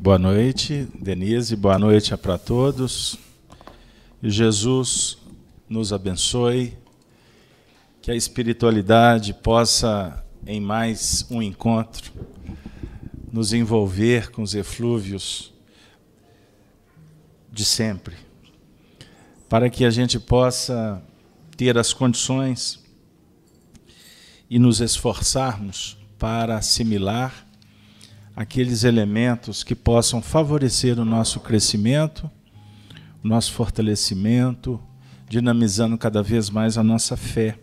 Boa noite, Denise, boa noite para todos. E Jesus nos abençoe, que a espiritualidade possa, em mais um encontro, nos envolver com os eflúvios de sempre, para que a gente possa ter as condições e nos esforçarmos para assimilar aqueles elementos que possam favorecer o nosso crescimento, o nosso fortalecimento, dinamizando cada vez mais a nossa fé.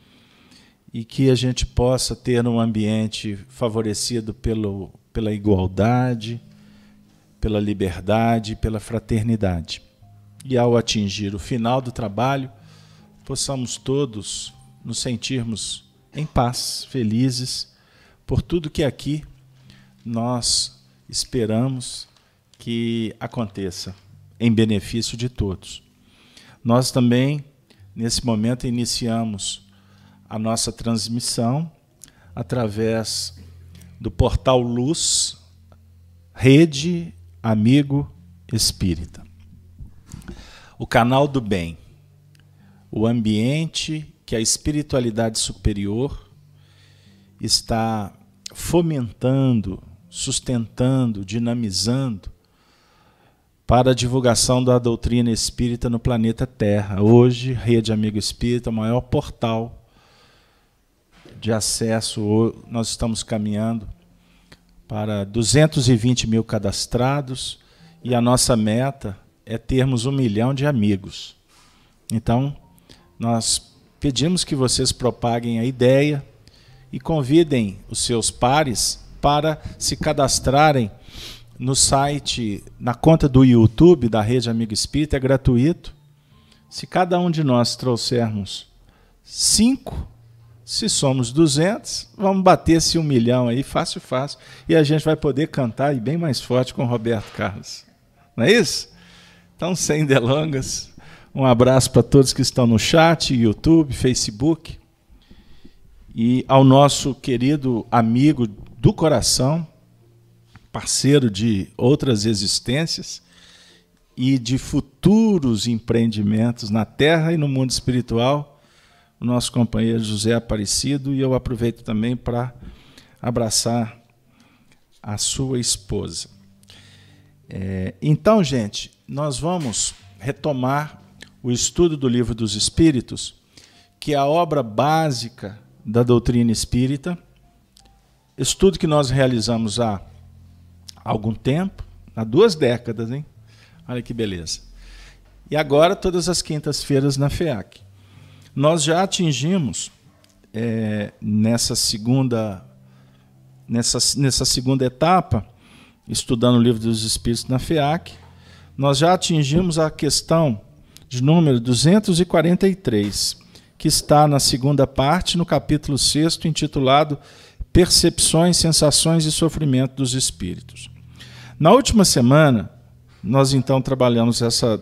E que a gente possa ter um ambiente favorecido pela igualdade, pela liberdade, pela fraternidade. E ao atingir o final do trabalho, possamos todos nos sentirmos em paz, felizes, por tudo que aqui nós esperamos que aconteça em benefício de todos. Nós também, nesse momento, iniciamos a nossa transmissão através do portal Luz, Rede Amigo Espírita. O canal do bem, o ambiente que a espiritualidade superior está fomentando, sustentando, dinamizando para a divulgação da doutrina espírita no planeta Terra. Hoje, Rede Amigo Espírita, o maior portal de acesso. Nós estamos caminhando para 220 mil cadastrados e a nossa meta é termos 1 milhão de amigos. Então, nós pedimos que vocês propaguem a ideia e convidem os seus pares para se cadastrarem no site, na conta do YouTube da Rede Amigo Espírita, é gratuito. Se cada um de nós trouxermos 5, se somos 200, vamos bater esse 1 milhão aí, fácil, fácil, e a gente vai poder cantar e bem mais forte com o Roberto Carlos. Não é isso? Então, sem delongas, um abraço para todos que estão no chat, YouTube, Facebook, e ao nosso querido amigo do coração, parceiro de outras existências e de futuros empreendimentos na Terra e no mundo espiritual, o nosso companheiro José Aparecido, e eu aproveito também para abraçar a sua esposa. Então, gente, nós vamos retomar o estudo do Livro dos Espíritos, que é a obra básica da doutrina espírita, estudo que nós realizamos há algum tempo, há 2 décadas, hein? Olha que beleza. E agora, todas as quintas-feiras na FEAC. Nós já atingimos, nessa segunda etapa, estudando o Livro dos Espíritos na FEAC, nós já atingimos a questão de número 243, que está na segunda parte, no capítulo 6º, intitulado Percepções, Sensações e Sofrimento dos Espíritos. Na última semana, nós então trabalhamos essa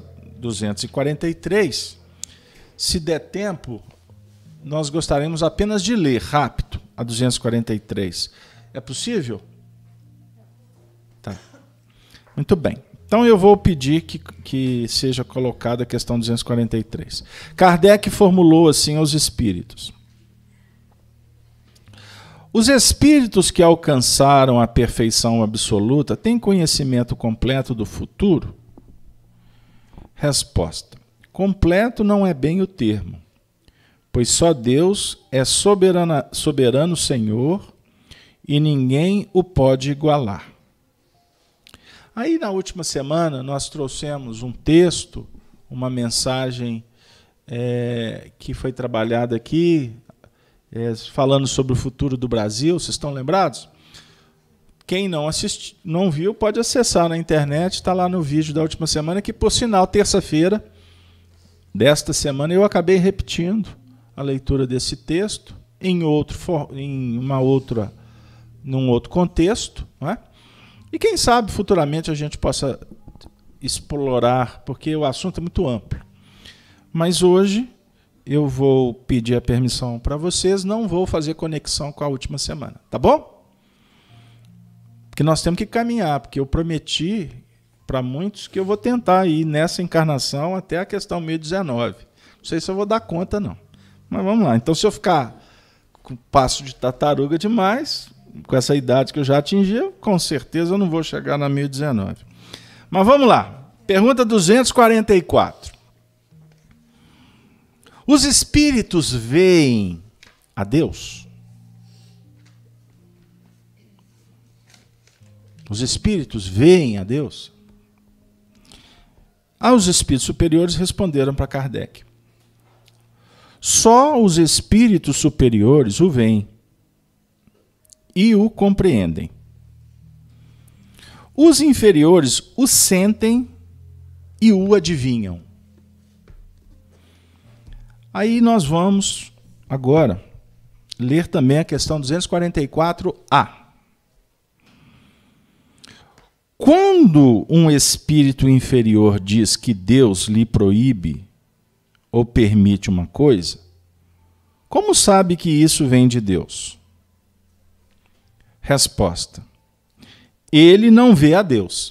243. Se der tempo, nós gostaríamos apenas de ler rápido a 243. É possível? Tá. Muito bem. Então eu vou pedir que seja colocada a questão 243. Kardec formulou assim aos espíritos: os espíritos que alcançaram a perfeição absoluta têm conhecimento completo do futuro? Resposta: completo não é bem o termo, pois só Deus é soberano Senhor e ninguém o pode igualar. Aí, na última semana, nós trouxemos um texto, uma mensagem que foi trabalhada aqui, falando sobre o futuro do Brasil. Vocês estão lembrados? Quem não viu, pode acessar na internet, está lá no vídeo da última semana, que, por sinal, terça-feira desta semana, eu acabei repetindo a leitura desse texto num outro contexto, não é? E quem sabe futuramente a gente possa explorar, porque o assunto é muito amplo. Mas hoje eu vou pedir a permissão para vocês, não vou fazer conexão com a última semana, tá bom? que nós temos que caminhar, porque eu prometi para muitos que eu vou tentar ir nessa encarnação até a questão 1019. Não sei se eu vou dar conta, não. Mas vamos lá. Então, se eu ficar com passo de tartaruga demais, com essa idade que eu já atingi, com certeza eu não vou chegar na 1019. Mas vamos lá. Pergunta 244. Os espíritos veem a Deus? Os espíritos veem a Deus? Os espíritos superiores responderam para Kardec. Só os espíritos superiores o veem e o compreendem. Os inferiores o sentem e o adivinham. Aí nós vamos agora ler também a questão 244A. Quando um espírito inferior diz que Deus lhe proíbe ou permite uma coisa, como sabe que isso vem de Deus? Resposta: ele não vê a Deus,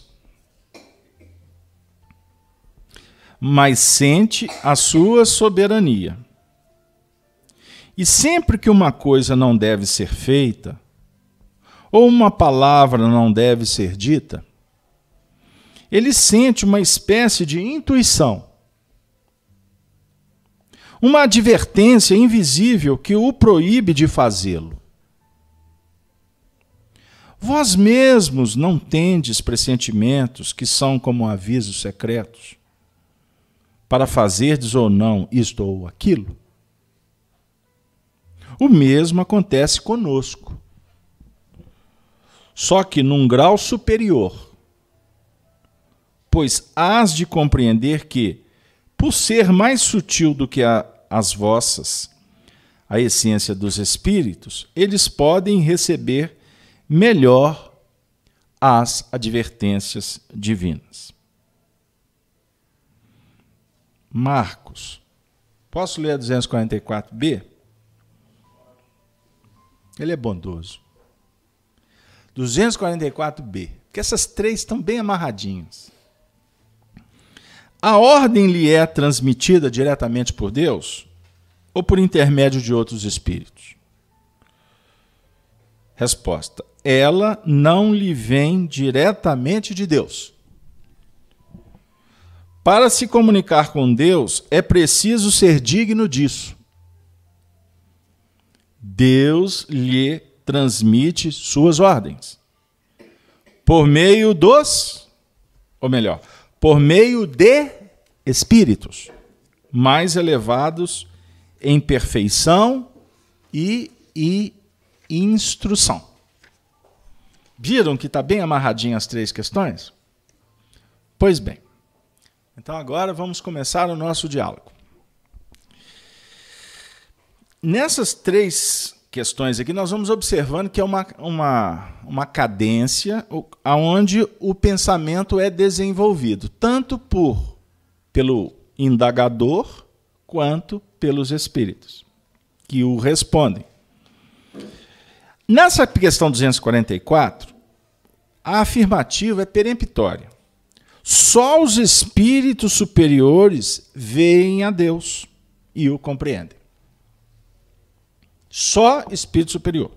mas sente a sua soberania. E sempre que uma coisa não deve ser feita, ou uma palavra não deve ser dita, ele sente uma espécie de intuição, uma advertência invisível que o proíbe de fazê-lo. Vós mesmos não tendes pressentimentos que são como avisos secretos para fazerdes ou não isto ou aquilo? O mesmo acontece conosco, só que num grau superior, pois hás de compreender que, por ser mais sutil do que as vossas, a essência dos espíritos, eles podem receber melhor as advertências divinas. Marcos, posso ler a 244b? Ele é bondoso. 244b, porque essas três estão bem amarradinhas. A ordem lhe é transmitida diretamente por Deus ou por intermédio de outros espíritos? Resposta: ela não lhe vem diretamente de Deus. Para se comunicar com Deus, é preciso ser digno disso. Deus lhe transmite suas ordens por meio por meio de espíritos mais elevados em perfeição e instrução. Viram que está bem amarradinho as três questões? Pois bem. Então agora vamos começar o nosso diálogo. Nessas três questões aqui, nós vamos observando que é uma cadência onde o pensamento é desenvolvido, tanto pelo indagador quanto pelos espíritos, que o respondem. Nessa questão 244, a afirmativa é peremptória. Só os espíritos superiores veem a Deus e o compreendem. Só espírito superior.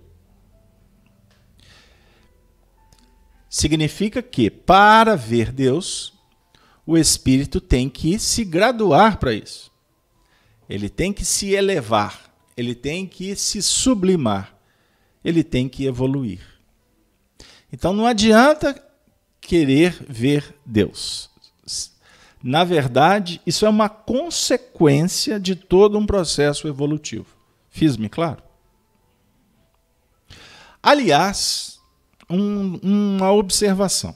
Significa que, para ver Deus, o espírito tem que se graduar para isso. Ele tem que se elevar, ele tem que se sublimar, ele tem que evoluir. Então não adianta querer ver Deus. Na verdade, isso é uma consequência de todo um processo evolutivo. Fiz-me claro? Aliás, uma observação.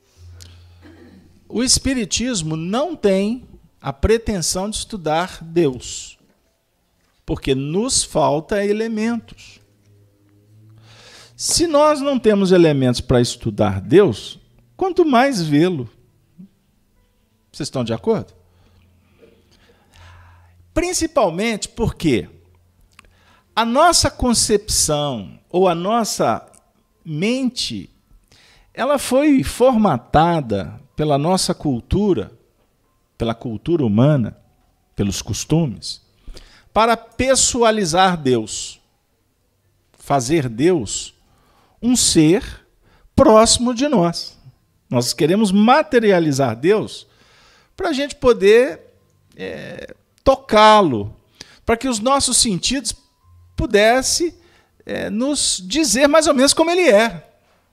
O Espiritismo não tem a pretensão de estudar Deus, porque nos falta elementos. Se nós não temos elementos para estudar Deus, quanto mais vê-lo. Vocês estão de acordo? Principalmente porque a nossa concepção ou a nossa mente, ela foi formatada pela nossa cultura, pela cultura humana, pelos costumes, para pessoalizar Deus, fazer Deus um ser próximo de nós. Nós queremos materializar Deus para a gente poder tocá-lo, para que os nossos sentidos pudessem nos dizer mais ou menos como ele é.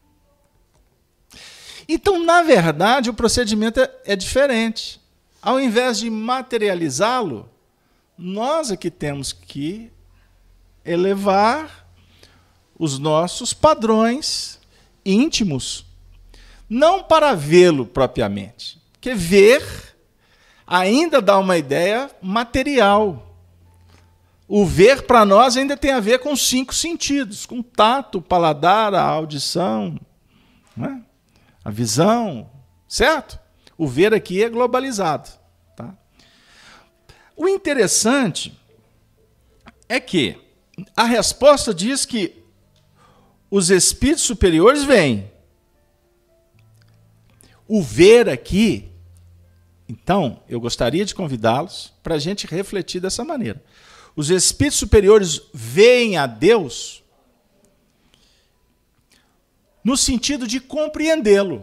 Então, na verdade, o procedimento é diferente. Ao invés de materializá-lo, nós é que temos que elevar os nossos padrões íntimos, não para vê-lo propriamente, porque ver ainda dá uma ideia material. O ver para nós ainda tem a ver com os 5 sentidos, com o tato, o paladar, a audição, né? A visão, certo? O ver aqui é globalizado. Tá? O interessante é que a resposta diz que os espíritos superiores vêm. O ver aqui, então, eu gostaria de convidá-los para a gente refletir dessa maneira. Os espíritos superiores veem a Deus no sentido de compreendê-lo.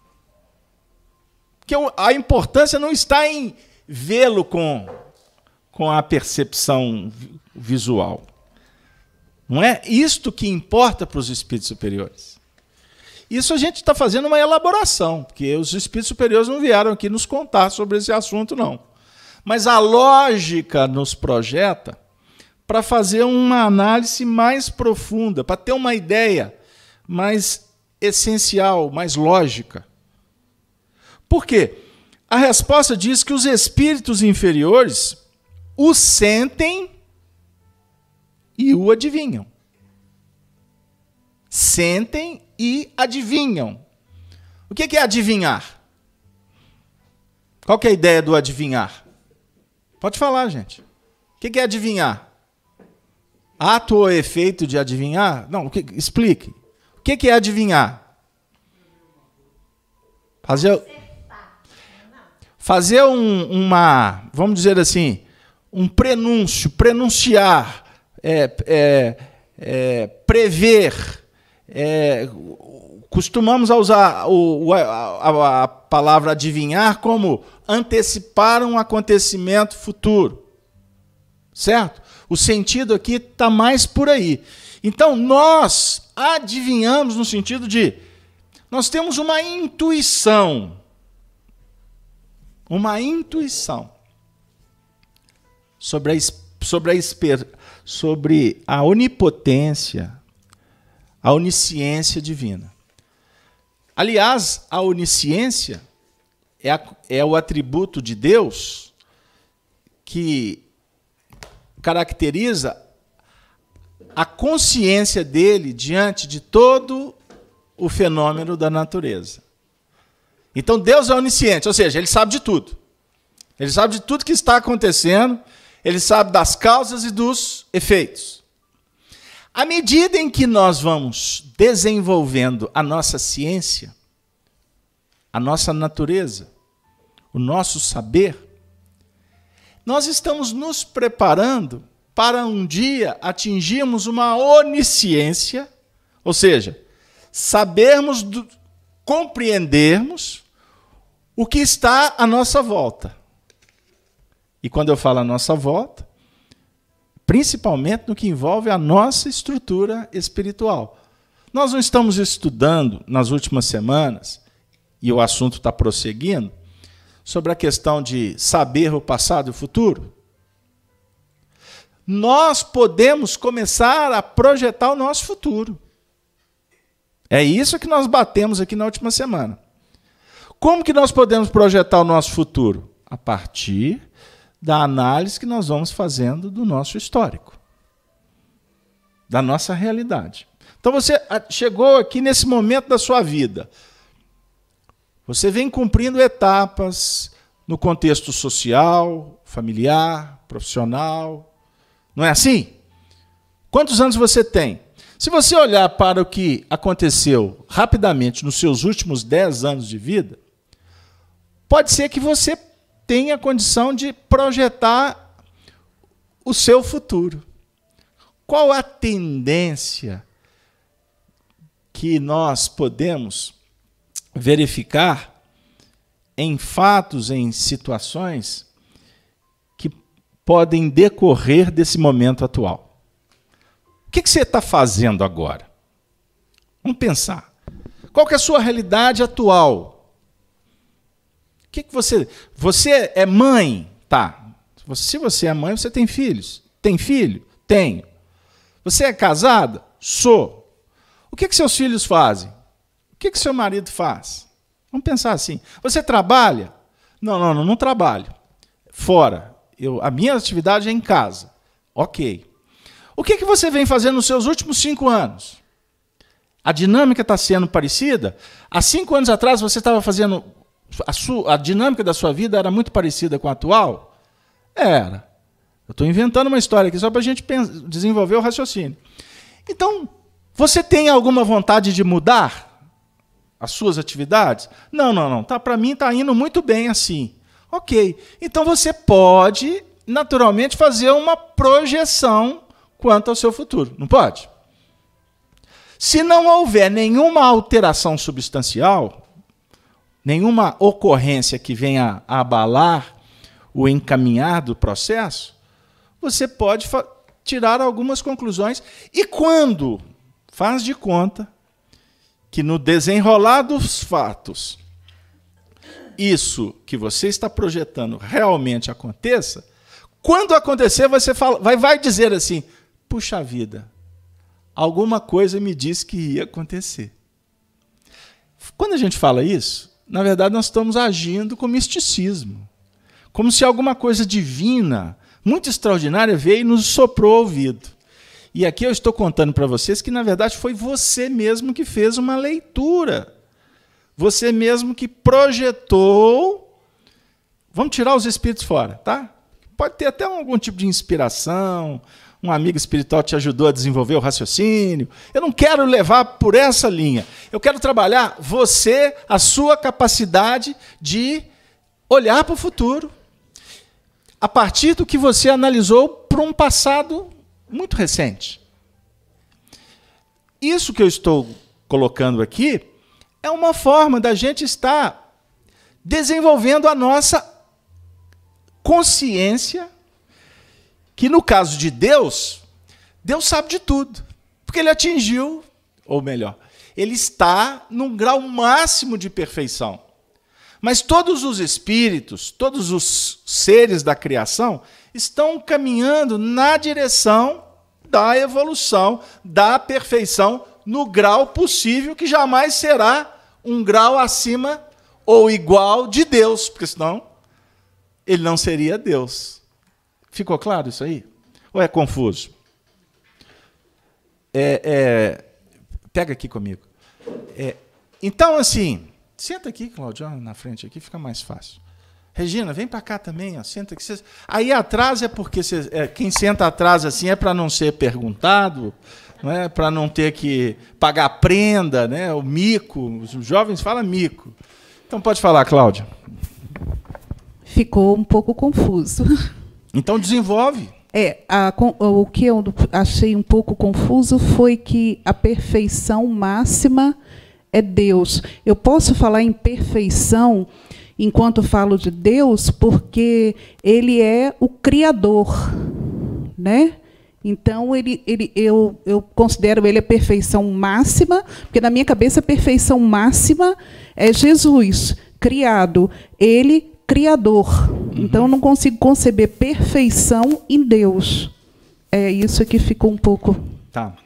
Que a importância não está em vê-lo com a percepção visual. Não é isto que importa para os espíritos superiores. Isso a gente está fazendo uma elaboração, porque os espíritos superiores não vieram aqui nos contar sobre esse assunto, não. Mas a lógica nos projeta para fazer uma análise mais profunda, para ter uma ideia mais essencial, mais lógica. Por quê? A resposta diz que os espíritos inferiores o sentem e o adivinham. Sentem e adivinham. O que é adivinhar? Qual que é a ideia do adivinhar? Pode falar, gente. O que é adivinhar? Ato ou efeito de adivinhar? Não, explique. O que é adivinhar? Fazer vamos dizer assim, um prenúncio, prenunciar, prever. Costumamos usar a palavra adivinhar como antecipar um acontecimento futuro. Certo? O sentido aqui está mais por aí. Então, nós adivinhamos no sentido de nós temos uma intuição sobre a onipotência, a onisciência divina. Aliás, a onisciência é o atributo de Deus que caracteriza a consciência dele diante de todo o fenômeno da natureza. Então, Deus é onisciente, ou seja, ele sabe de tudo. Ele sabe de tudo que está acontecendo, ele sabe das causas e dos efeitos. À medida em que nós vamos desenvolvendo a nossa ciência, a nossa natureza, o nosso saber, nós estamos nos preparando para um dia atingirmos uma onisciência, ou seja, sabermos, compreendermos o que está à nossa volta. E quando eu falo à nossa volta, principalmente no que envolve a nossa estrutura espiritual. Nós não estamos estudando nas últimas semanas, e o assunto está prosseguindo, sobre a questão de saber o passado e o futuro? Nós podemos começar a projetar o nosso futuro. É isso que nós batemos aqui na última semana. Como que nós podemos projetar o nosso futuro? A partir da análise que nós vamos fazendo do nosso histórico, da nossa realidade. Então você chegou aqui nesse momento da sua vida. Você vem cumprindo etapas no contexto social, familiar, profissional. Não é assim? Quantos anos você tem? Se você olhar para o que aconteceu rapidamente nos seus últimos 10 anos de vida, pode ser que você tenha condição de projetar o seu futuro. Qual a tendência que nós podemos verificar em fatos, em situações que podem decorrer desse momento atual? O que você está fazendo agora? Vamos pensar. Qual que é a sua realidade atual? O que você... Você é mãe? Tá. Se você é mãe, você tem filhos. Tem filho? Tenho. Você é casada? Sou. O que seus filhos fazem? O que seu marido faz? Vamos pensar assim. Você trabalha? Não trabalho. Fora. A minha atividade é em casa. Ok. O que você vem fazendo nos seus últimos 5 anos? A dinâmica está sendo parecida? Há 5 anos atrás você estava fazendo... A dinâmica da sua vida era muito parecida com a atual? Era. Eu estou inventando uma história aqui só para a gente desenvolver o raciocínio. Então, você tem alguma vontade de mudar as suas atividades? Não. Para mim está indo muito bem assim. Ok. Então você pode, naturalmente, fazer uma projeção quanto ao seu futuro. Não pode? Se não houver nenhuma alteração substancial, nenhuma ocorrência que venha a abalar o encaminhar do processo, você pode tirar algumas conclusões. E quando faz de conta que no desenrolar dos fatos, isso que você está projetando realmente aconteça, quando acontecer, você vai dizer assim, puxa vida, alguma coisa me disse que ia acontecer. Quando a gente fala isso, na verdade nós estamos agindo com misticismo, como se alguma coisa divina, muito extraordinária, veio e nos soprou ao ouvido. E aqui eu estou contando para vocês que, na verdade, foi você mesmo que fez uma leitura. Você mesmo que projetou. Vamos tirar os espíritos fora, tá? Pode ter até algum tipo de inspiração, um amigo espiritual te ajudou a desenvolver o raciocínio. Eu não quero levar por essa linha. Eu quero trabalhar você, a sua capacidade de olhar para o futuro, a partir do que você analisou para um passado muito recente. Isso que eu estou colocando aqui é uma forma da gente estar desenvolvendo a nossa consciência, que no caso de Deus, Deus sabe de tudo, porque ele atingiu, ou melhor, ele está num grau máximo de perfeição. Mas todos os espíritos, todos os seres da criação estão caminhando na direção da evolução, da perfeição, no grau possível, que jamais será um grau acima ou igual de Deus, porque senão ele não seria Deus. Ficou claro isso aí? Ou é confuso? Pega aqui comigo. Então, assim, senta aqui, Cláudio, na frente aqui, fica mais fácil. Regina, vem para cá também, ó, senta aqui. Aí atrás é porque quem senta atrás assim é para não ser perguntado, não é? Para não ter que pagar prenda, né? O mico, os jovens falam mico. Então pode falar, Cláudia. Ficou um pouco confuso. Então desenvolve. O que eu achei um pouco confuso foi que a perfeição máxima é Deus. Eu posso falar em perfeição enquanto falo de Deus, porque ele é o Criador, né? Então, eu considero ele a perfeição máxima, porque na minha cabeça a perfeição máxima é Jesus, criado, ele, Criador. Então, eu não consigo conceber perfeição em Deus. É isso que ficou um pouco... Tá.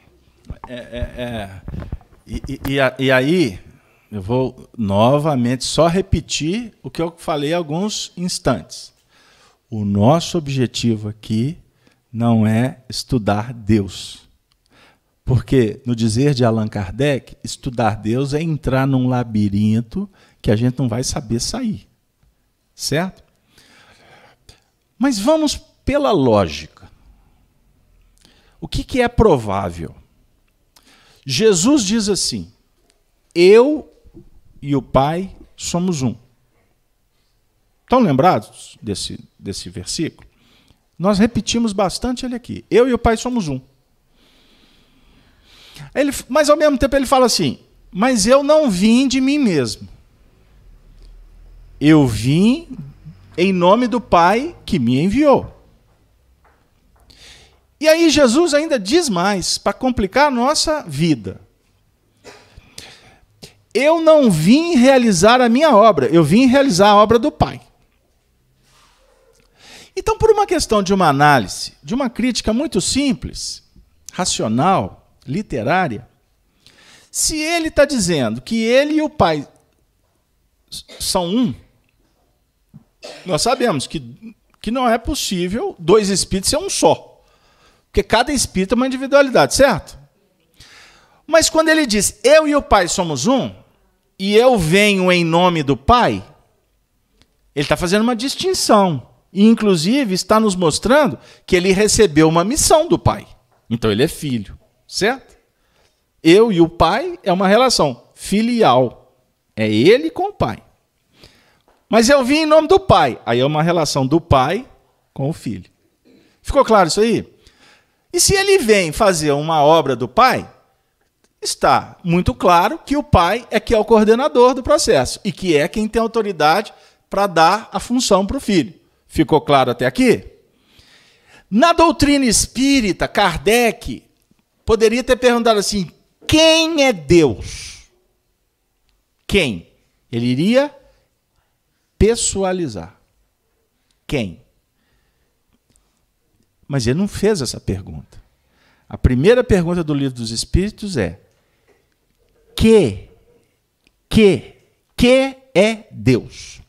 E aí... Eu vou novamente só repetir o que eu falei há alguns instantes. O nosso objetivo aqui não é estudar Deus. Porque, no dizer de Allan Kardec, estudar Deus é entrar num labirinto que a gente não vai saber sair. Certo? Mas vamos pela lógica. O que é provável? Jesus diz assim: eu e o Pai somos um. Estão lembrados desse versículo? Nós repetimos bastante ele aqui. Eu e o Pai somos um. Mas ao mesmo tempo ele fala assim: mas eu não vim de mim mesmo. Eu vim em nome do Pai que me enviou. E aí Jesus ainda diz mais, para complicar a nossa vida. Eu não vim realizar a minha obra, eu vim realizar a obra do Pai. Então, por uma questão de uma análise, de uma crítica muito simples, racional, literária, se ele está dizendo que ele e o Pai são um, nós sabemos que não é possível dois espíritos ser um só. Porque cada espírito é uma individualidade, certo? Mas quando ele diz, eu e o Pai somos um, e eu venho em nome do Pai, ele está fazendo uma distinção. E, inclusive, está nos mostrando que ele recebeu uma missão do Pai. Então, ele é filho, certo? Eu e o Pai é uma relação filial. É ele com o Pai. Mas eu vim em nome do Pai. Aí é uma relação do Pai com o Filho. Ficou claro isso aí? E se ele vem fazer uma obra do Pai, está muito claro que o Pai é que é o coordenador do processo e que é quem tem autoridade para dar a função para o Filho. Ficou claro até aqui? Na doutrina espírita, Kardec poderia ter perguntado assim: quem é Deus? Quem? Ele iria pessoalizar. Quem? Mas ele não fez essa pergunta. A primeira pergunta do Livro dos Espíritos é: que é Deus?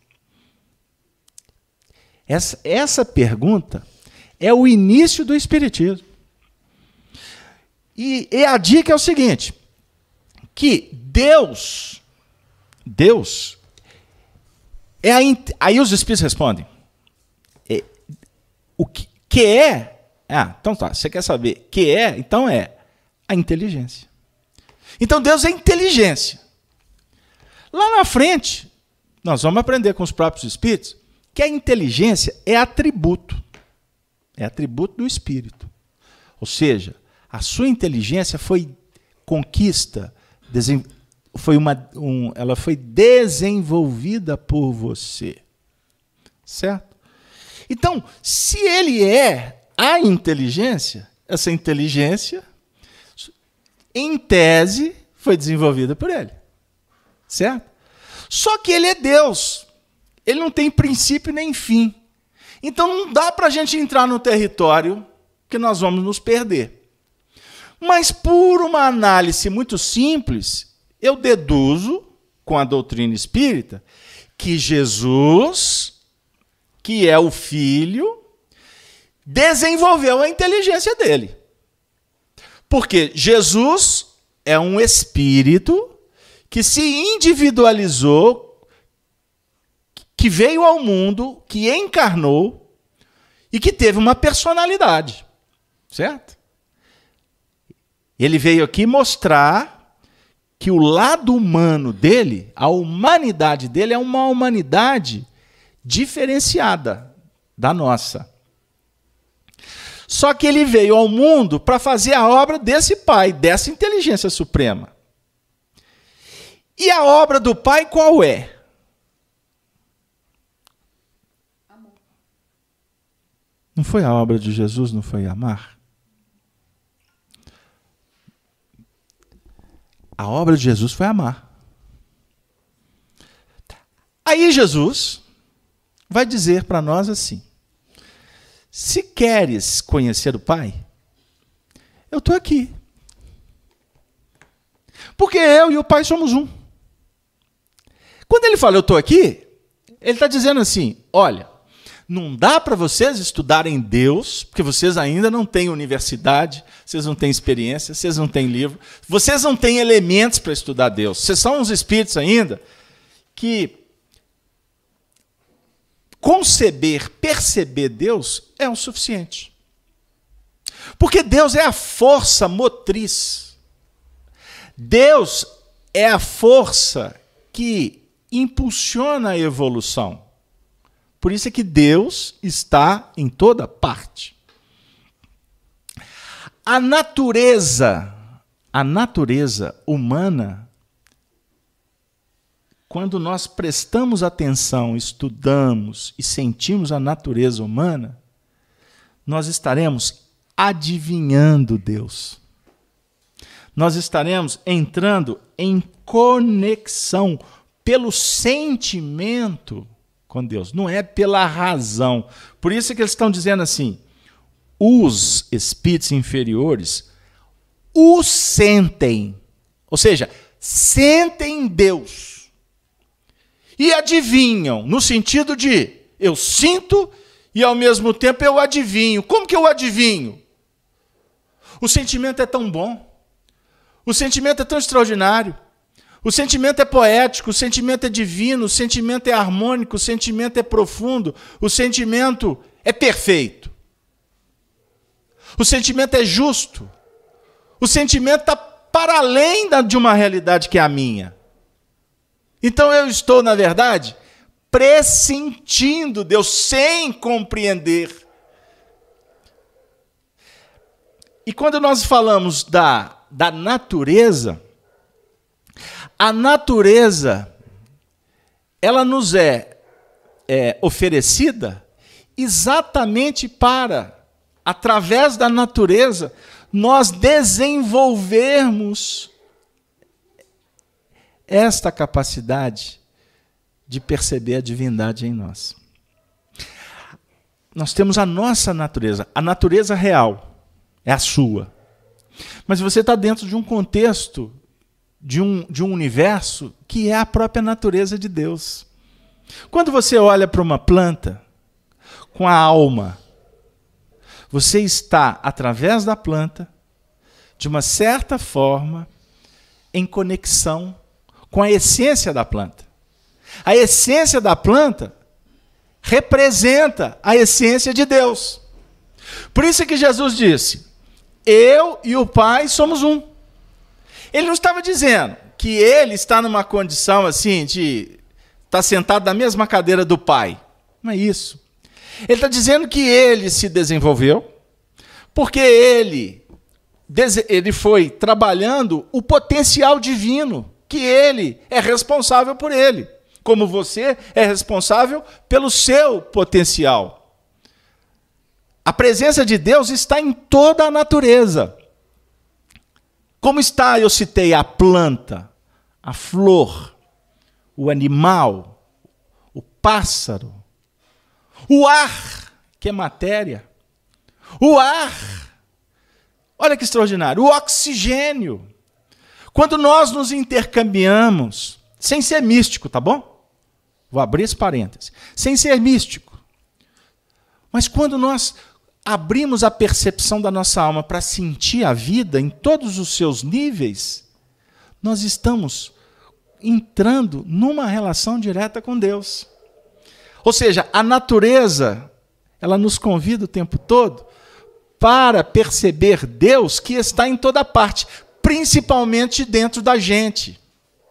Essa pergunta é o início do Espiritismo. E a dica é o seguinte, que Deus é aí os Espíritos respondem, o que é... então tá, você quer saber que é? Então é a inteligência. Então Deus é inteligência. Lá na frente, nós vamos aprender com os próprios Espíritos que a inteligência é atributo. É atributo do Espírito. Ou seja, a sua inteligência foi conquista, ela foi desenvolvida por você. Certo? Então, se ele é a inteligência, essa inteligência, em tese, foi desenvolvida por ele. Certo? Só que ele é Deus. Ele não tem princípio nem fim. Então não dá para a gente entrar no território que nós vamos nos perder. Mas por uma análise muito simples, eu deduzo, com a doutrina espírita, que Jesus, que é o Filho, desenvolveu a inteligência dele. Porque Jesus é um espírito que se individualizou, que veio ao mundo, que encarnou e que teve uma personalidade. Certo? Ele veio aqui mostrar que o lado humano dele, a humanidade dele, é uma humanidade diferenciada da nossa. Só que ele veio ao mundo para fazer a obra desse Pai, dessa inteligência suprema. E a obra do Pai qual é? Amor. Não foi a obra de Jesus, não foi amar? A obra de Jesus foi amar. Aí Jesus vai dizer para nós assim: se queres conhecer o Pai, eu estou aqui. Porque eu e o Pai somos um. Quando ele fala eu estou aqui, ele está dizendo assim: olha, não dá para vocês estudarem Deus, porque vocês ainda não têm universidade, vocês não têm experiência, vocês não têm livro, vocês não têm elementos para estudar Deus. Vocês são uns espíritos ainda que conceber, perceber Deus é o suficiente. Porque Deus é a força motriz, Deus é a força que impulsiona a evolução. Por isso é que Deus está em toda parte. A natureza humana, quando nós prestamos atenção, estudamos e sentimos a natureza humana, nós estaremos adivinhando Deus. Nós estaremos entrando em conexão pelo sentimento com Deus, não é pela razão. Por isso é que eles estão dizendo assim, os espíritos inferiores o sentem, ou seja, sentem Deus e adivinham, no sentido de eu sinto e ao mesmo tempo eu adivinho. Como que eu adivinho? O sentimento é tão bom, o sentimento é tão extraordinário, o sentimento é poético, o sentimento é divino, o sentimento é harmônico, o sentimento é profundo, o sentimento é perfeito. O sentimento é justo. O sentimento está para além de uma realidade que é a minha. Então eu estou, na verdade, pressentindo Deus sem compreender. E quando nós falamos da natureza, a natureza, ela nos é oferecida exatamente para, através da natureza, nós desenvolvermos esta capacidade de perceber a divindade em nós. Nós temos a nossa natureza, a natureza real, é a sua. Mas você está dentro de um contexto, de um universo que é a própria natureza de Deus. Quando você olha para uma planta com a alma, você está, através da planta, de uma certa forma, em conexão com a essência da planta. A essência da planta representa a essência de Deus. Por isso é que Jesus disse, eu e o Pai somos um. Ele não estava dizendo que ele está numa condição assim de estar sentado na mesma cadeira do Pai. Não é isso. Ele está dizendo que ele se desenvolveu, porque ele foi trabalhando o potencial divino, que ele é responsável por ele, como você é responsável pelo seu potencial. A presença de Deus está em toda a natureza. Como está, eu citei, a planta, a flor, o animal, o pássaro, o ar, que é matéria, o ar, olha que extraordinário, o oxigênio. Quando nós nos intercambiamos, sem ser místico, tá bom? Vou abrir esse parêntese. Sem ser místico. Mas quando nós abrimos a percepção da nossa alma para sentir a vida em todos os seus níveis, nós estamos entrando numa relação direta com Deus. Ou seja, a natureza, ela nos convida o tempo todo para perceber Deus que está em toda parte, principalmente dentro da gente.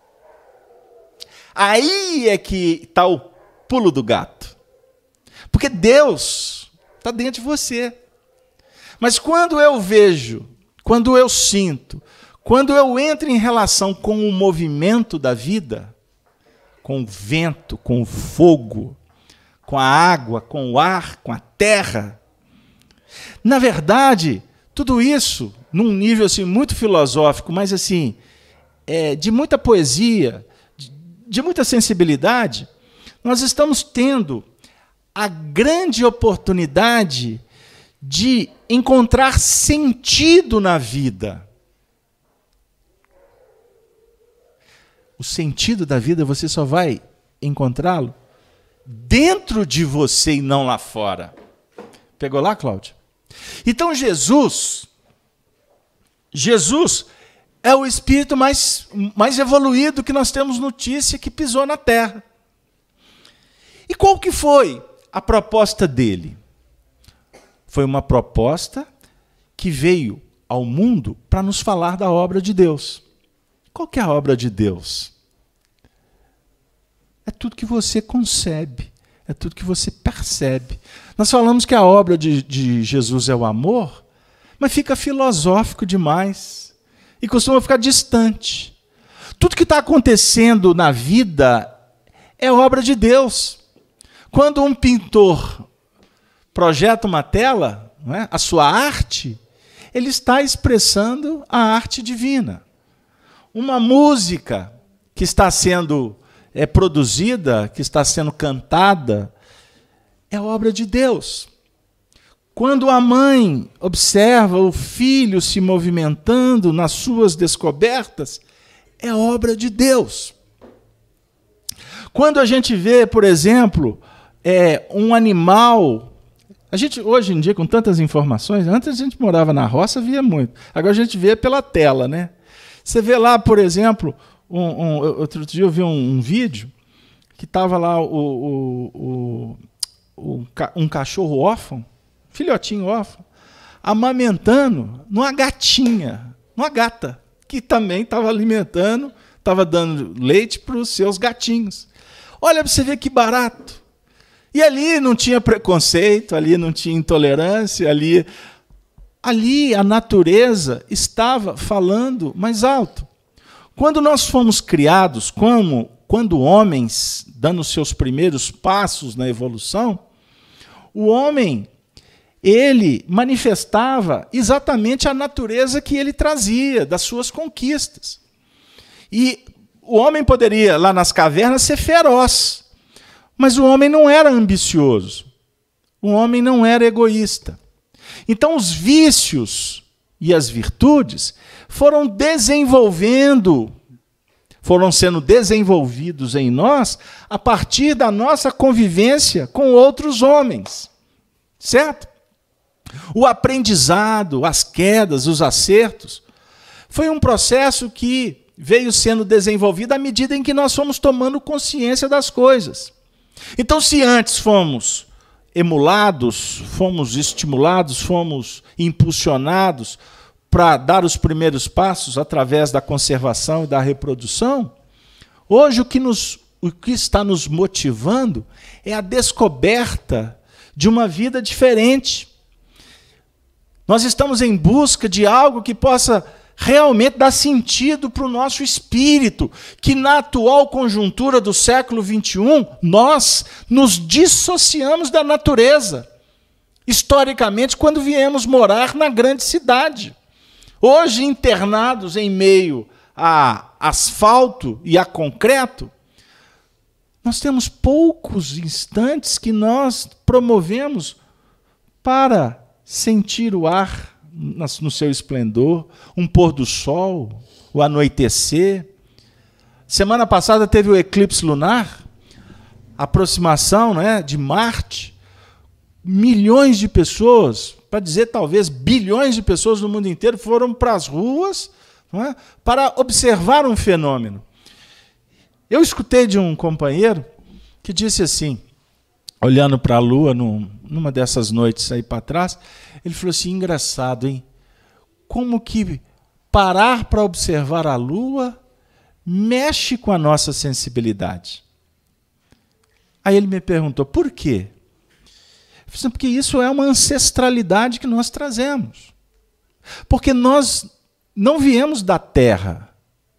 Aí é que está o pulo do gato. Porque Deus está dentro de você. Mas quando eu vejo, quando eu sinto, quando eu entro em relação com o movimento da vida, com o vento, com o fogo, com a água, com o ar, com a terra, na verdade, tudo isso, num nível assim, muito filosófico, mas assim, de muita poesia, de muita sensibilidade, nós estamos tendo a grande oportunidade de encontrar sentido na vida. O sentido da vida você só vai encontrá-lo dentro de você e não lá fora. Pegou lá, Cláudia? Então Jesus é o espírito mais evoluído que nós temos notícia que pisou na Terra. E qual que foi a proposta dele? Foi uma proposta que veio ao mundo para nos falar da obra de Deus. Qual que é a obra de Deus? É tudo que você concebe, é tudo que você percebe. Nós falamos que a obra de Jesus é o amor, mas fica filosófico demais e costuma ficar distante. Tudo que está acontecendo na vida é obra de Deus. Quando um pintor projeta uma tela, não é, a sua arte, ele está expressando a arte divina. Uma música que está sendo produzida, que está sendo cantada, é obra de Deus. Quando a mãe observa o filho se movimentando nas suas descobertas, é obra de Deus. Quando a gente vê, por exemplo, um animal... A gente, hoje em dia, com tantas informações, antes a gente morava na roça, via muito. Agora a gente vê pela tela, né? Você vê lá, por exemplo, outro dia eu vi um vídeo que estava lá um cachorro órfão, filhotinho órfão, amamentando numa gatinha, numa gata, que também estava alimentando, estava dando leite para os seus gatinhos. Olha para você ver que barato. E ali não tinha preconceito, ali não tinha intolerância, ali a natureza estava falando mais alto. Quando nós fomos criados, quando homens, dando seus primeiros passos na evolução, o homem, ele manifestava exatamente a natureza que ele trazia, das suas conquistas. E o homem poderia, lá nas cavernas, ser feroz, mas o homem não era ambicioso, o homem não era egoísta. Então os vícios e as virtudes foram sendo desenvolvidos em nós a partir da nossa convivência com outros homens. Certo? O aprendizado, as quedas, os acertos, foi um processo que veio sendo desenvolvido à medida em que nós fomos tomando consciência das coisas. Então, se antes fomos emulados, fomos estimulados, fomos impulsionados para dar os primeiros passos através da conservação e da reprodução, hoje o que está nos motivando é a descoberta de uma vida diferente. Nós estamos em busca de algo que possa realmente dar sentido para o nosso espírito, que na atual conjuntura do século XXI, nós nos dissociamos da natureza, historicamente, quando viemos morar na grande cidade. Hoje, internados em meio a asfalto e a concreto, nós temos poucos instantes que nós promovemos para sentir o ar no seu esplendor, um pôr do sol, o anoitecer. Semana passada teve o eclipse lunar, a aproximação, né, de Marte. Milhões de pessoas, para dizer talvez bilhões de pessoas no mundo inteiro, foram para as ruas, não é, para observar um fenômeno. Eu escutei de um companheiro que disse assim, olhando para a Lua numa dessas noites aí para trás, ele falou assim, engraçado, hein? Como que parar para observar a Lua mexe com a nossa sensibilidade. Aí ele me perguntou, por quê? Eu falei, porque isso é uma ancestralidade que nós trazemos. Porque nós não viemos da Terra,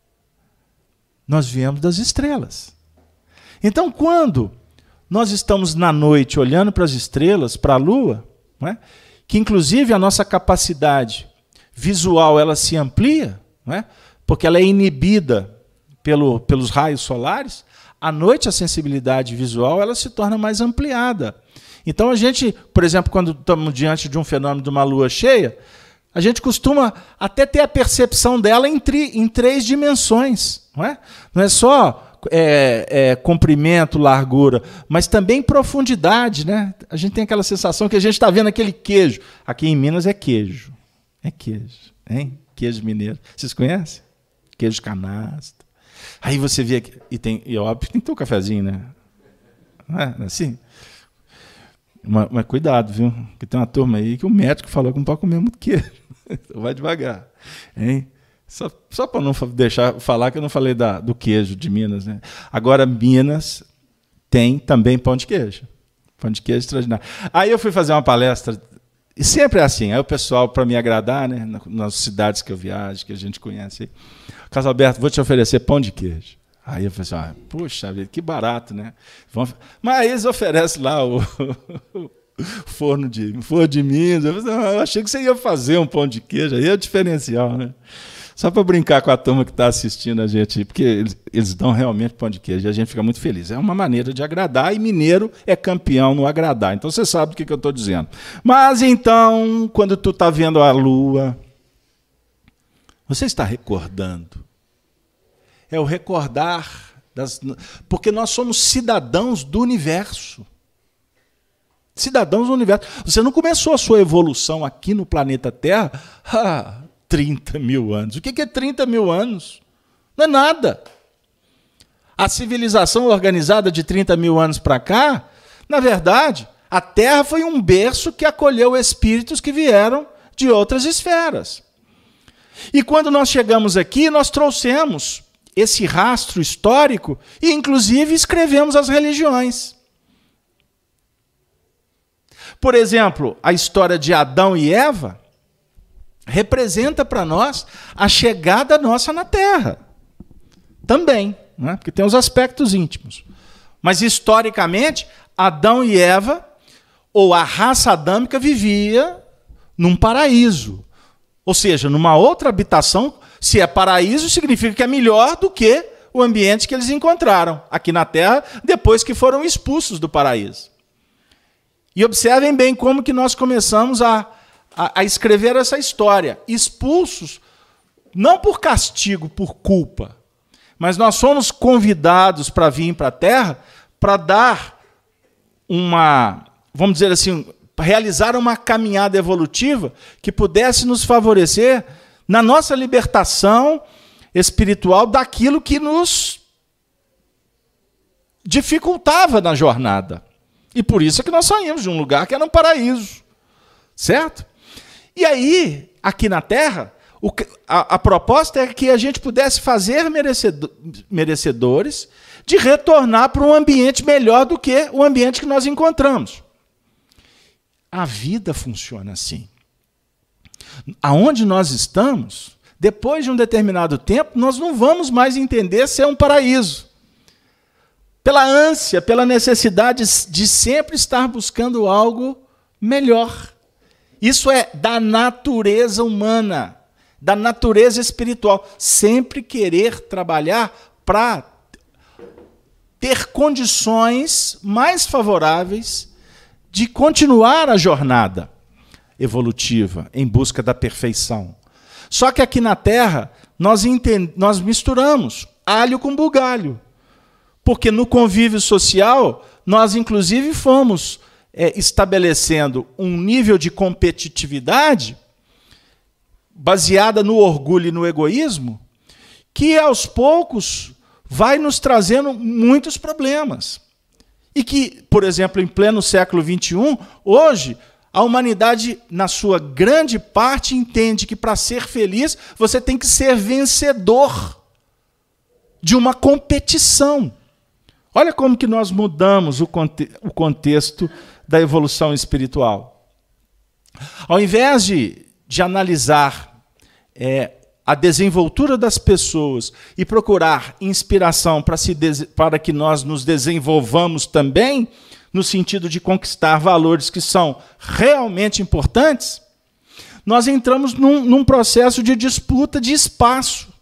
nós viemos das estrelas. Então, quando nós estamos na noite olhando para as estrelas, para a Lua, não é? Que inclusive a nossa capacidade visual ela se amplia, não é? Porque ela é inibida pelos raios solares, à noite a sensibilidade visual ela se torna mais ampliada. Então a gente, por exemplo, quando estamos diante de um fenômeno de uma lua cheia, a gente costuma até ter a percepção dela em 3 dimensões. Não é? Não é só comprimento, largura, mas também profundidade. Né? A gente tem aquela sensação que a gente está vendo aquele queijo. Aqui em Minas é queijo. É queijo. Hein? Queijo mineiro. Vocês conhecem? Queijo canastra. Aí você vê... E óbvio que tem que ter um cafezinho, né? Não é assim? Mas cuidado, viu? Porque tem uma turma aí que o médico falou que não pode comer muito queijo. Então vai devagar. Hein? Só para não deixar falar que eu não falei do queijo de Minas, né? Agora, Minas tem também pão de queijo. Pão de queijo extraordinário. Aí eu fui fazer uma palestra, e sempre é assim, aí o pessoal, para me agradar, né, nas cidades que eu viajo, que a gente conhece, Carlos Alberto, vou te oferecer pão de queijo. Aí eu falei assim, puxa vida, que barato, né? Mas aí eles oferecem lá o forno de Minas. Eu achei que você ia fazer um pão de queijo, aí é o diferencial, né? Só para brincar com a turma que está assistindo a gente, porque eles dão realmente pão de queijo e a gente fica muito feliz. É uma maneira de agradar, e mineiro é campeão no agradar. Então você sabe do que eu estou dizendo. Mas então, quando tu está vendo a lua, você está recordando. É o recordar, porque nós somos cidadãos do universo. Cidadãos do universo. Você não começou a sua evolução aqui no planeta Terra 30 mil anos. O que é 30 mil anos? Não é nada. A civilização organizada de 30 mil anos para cá, na verdade, a Terra foi um berço que acolheu espíritos que vieram de outras esferas. E quando nós chegamos aqui, nós trouxemos esse rastro histórico e, inclusive, escrevemos as religiões. Por exemplo, a história de Adão e Eva representa para nós a chegada nossa na Terra. Também, né? Porque tem os aspectos íntimos. Mas, historicamente, Adão e Eva, ou a raça adâmica, vivia num paraíso. Ou seja, numa outra habitação. Se é paraíso, significa que é melhor do que o ambiente que eles encontraram aqui na Terra, depois que foram expulsos do paraíso. E observem bem como que nós começamos a escrever essa história. Expulsos, não por castigo, por culpa, mas nós fomos convidados para vir para a Terra para dar vamos dizer assim, realizar uma caminhada evolutiva que pudesse nos favorecer na nossa libertação espiritual daquilo que nos dificultava na jornada. E por isso é que nós saímos de um lugar que era um paraíso. Certo? E aí, aqui na Terra, a proposta é que a gente pudesse fazer merecedores de retornar para um ambiente melhor do que o ambiente que nós encontramos. A vida funciona assim. Aonde nós estamos, depois de um determinado tempo, nós não vamos mais entender se é um paraíso. Pela ânsia, pela necessidade de sempre estar buscando algo melhor. Isso é da natureza humana, da natureza espiritual. Sempre querer trabalhar para ter condições mais favoráveis de continuar a jornada evolutiva em busca da perfeição. Só que aqui na Terra nós misturamos alho com bugalho. Porque no convívio social, nós inclusive fomos estabelecendo um nível de competitividade baseada no orgulho e no egoísmo, que aos poucos vai nos trazendo muitos problemas. E que, por exemplo, em pleno século XXI, hoje, a humanidade, na sua grande parte, entende que para ser feliz, você tem que ser vencedor de uma competição. Olha como que nós mudamos o contexto da evolução espiritual. Ao invés de analisar a desenvoltura das pessoas e procurar inspiração para que nós nos desenvolvamos também, no sentido de conquistar valores que são realmente importantes, nós entramos num processo de disputa de espaço.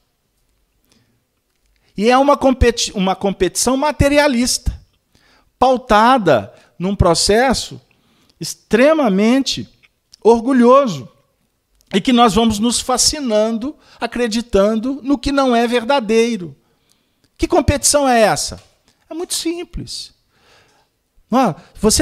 E é uma competição materialista, pautada num processo extremamente orgulhoso, e que nós vamos nos fascinando, acreditando no que não é verdadeiro. Que competição é essa? É muito simples. Você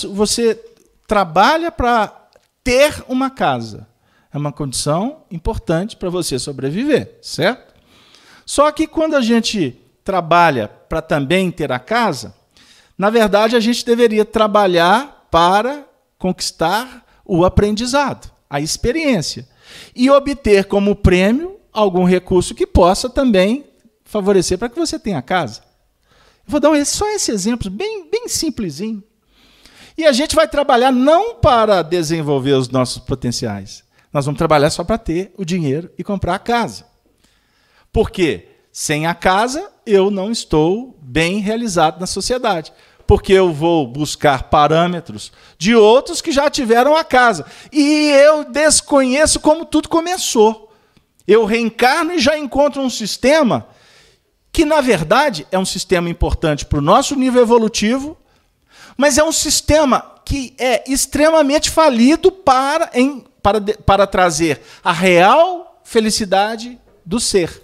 trabalha para ter uma casa. É uma condição importante para você sobreviver, certo? Só que quando a gente trabalha para também ter a casa, na verdade a gente deveria trabalhar para conquistar o aprendizado, a experiência, e obter como prêmio algum recurso que possa também favorecer para que você tenha casa. Eu vou dar só esse exemplo, bem simplesinho. E a gente vai trabalhar não para desenvolver os nossos potenciais. Nós vamos trabalhar só para ter o dinheiro e comprar a casa. Por quê? Sem a casa, eu não estou bem realizado na sociedade. Porque eu vou buscar parâmetros de outros que já tiveram a casa. E eu desconheço como tudo começou. Eu reencarno e já encontro um sistema que, na verdade, é um sistema importante para o nosso nível evolutivo, mas é um sistema que é extremamente falido para trazer a real felicidade do ser.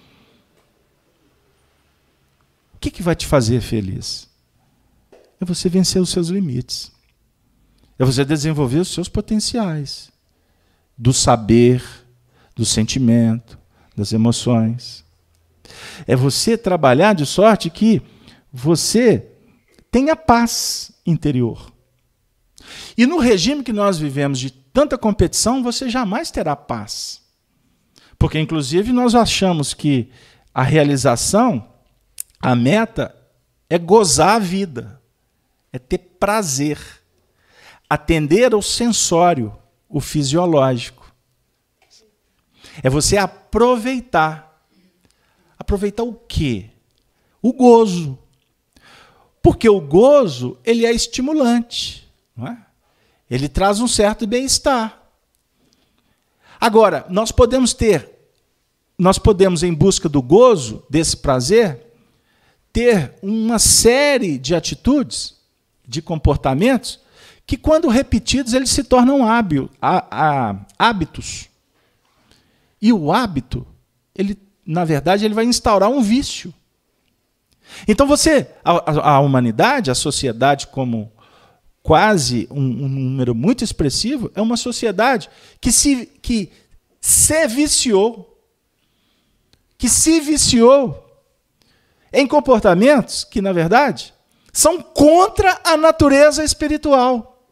O que vai te fazer feliz? É você vencer os seus limites. É você desenvolver os seus potenciais. Do saber, do sentimento, das emoções. É você trabalhar de sorte que você tenha paz interior. E no regime que nós vivemos de tanta competição, você jamais terá paz. Porque, inclusive, nós achamos que a realização, a meta, é gozar a vida, é ter prazer, atender ao sensório, o fisiológico. É você aproveitar. Aproveitar o quê? O gozo. Porque o gozo, ele é estimulante, não é? Ele traz um certo bem-estar. Agora, nós podemos, em busca do gozo, desse prazer, ter uma série de atitudes, de comportamentos, que, quando repetidos, eles se tornam hábitos. E o hábito, na verdade, ele vai instaurar um vício. Então a humanidade, a sociedade como quase um número muito expressivo, é uma sociedade que se viciou em comportamentos que, na verdade, são contra a natureza espiritual.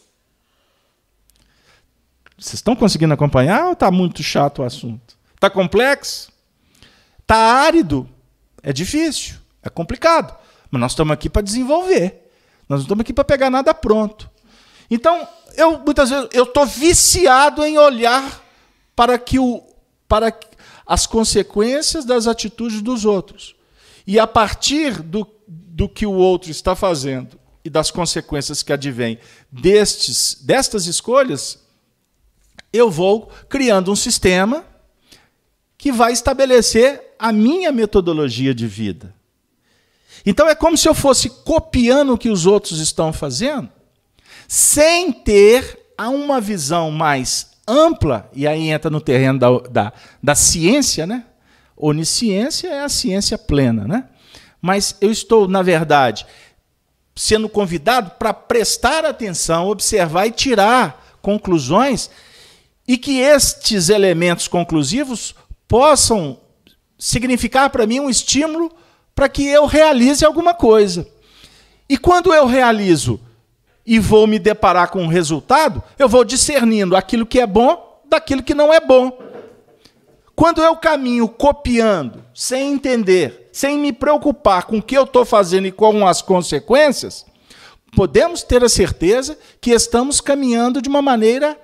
Vocês estão conseguindo acompanhar ou está muito chato o assunto? Está complexo? Está árido? É difícil? É complicado, mas nós estamos aqui para desenvolver. Nós não estamos aqui para pegar nada pronto. Então, muitas vezes, eu estou viciado em olhar para as consequências das atitudes dos outros. E, a partir do que o outro está fazendo e das consequências que advêm destas escolhas, eu vou criando um sistema que vai estabelecer a minha metodologia de vida. Então é como se eu fosse copiando o que os outros estão fazendo, sem ter uma visão mais ampla, e aí entra no terreno da ciência, né? Onisciência é a ciência plena, né? Mas eu estou, na verdade, sendo convidado para prestar atenção, observar e tirar conclusões, e que estes elementos conclusivos possam significar para mim um estímulo para que eu realize alguma coisa. E quando eu realizo e vou me deparar com um resultado, eu vou discernindo aquilo que é bom daquilo que não é bom. Quando eu caminho copiando, sem entender, sem me preocupar com o que eu estou fazendo e com as consequências, podemos ter a certeza que estamos caminhando de uma maneira,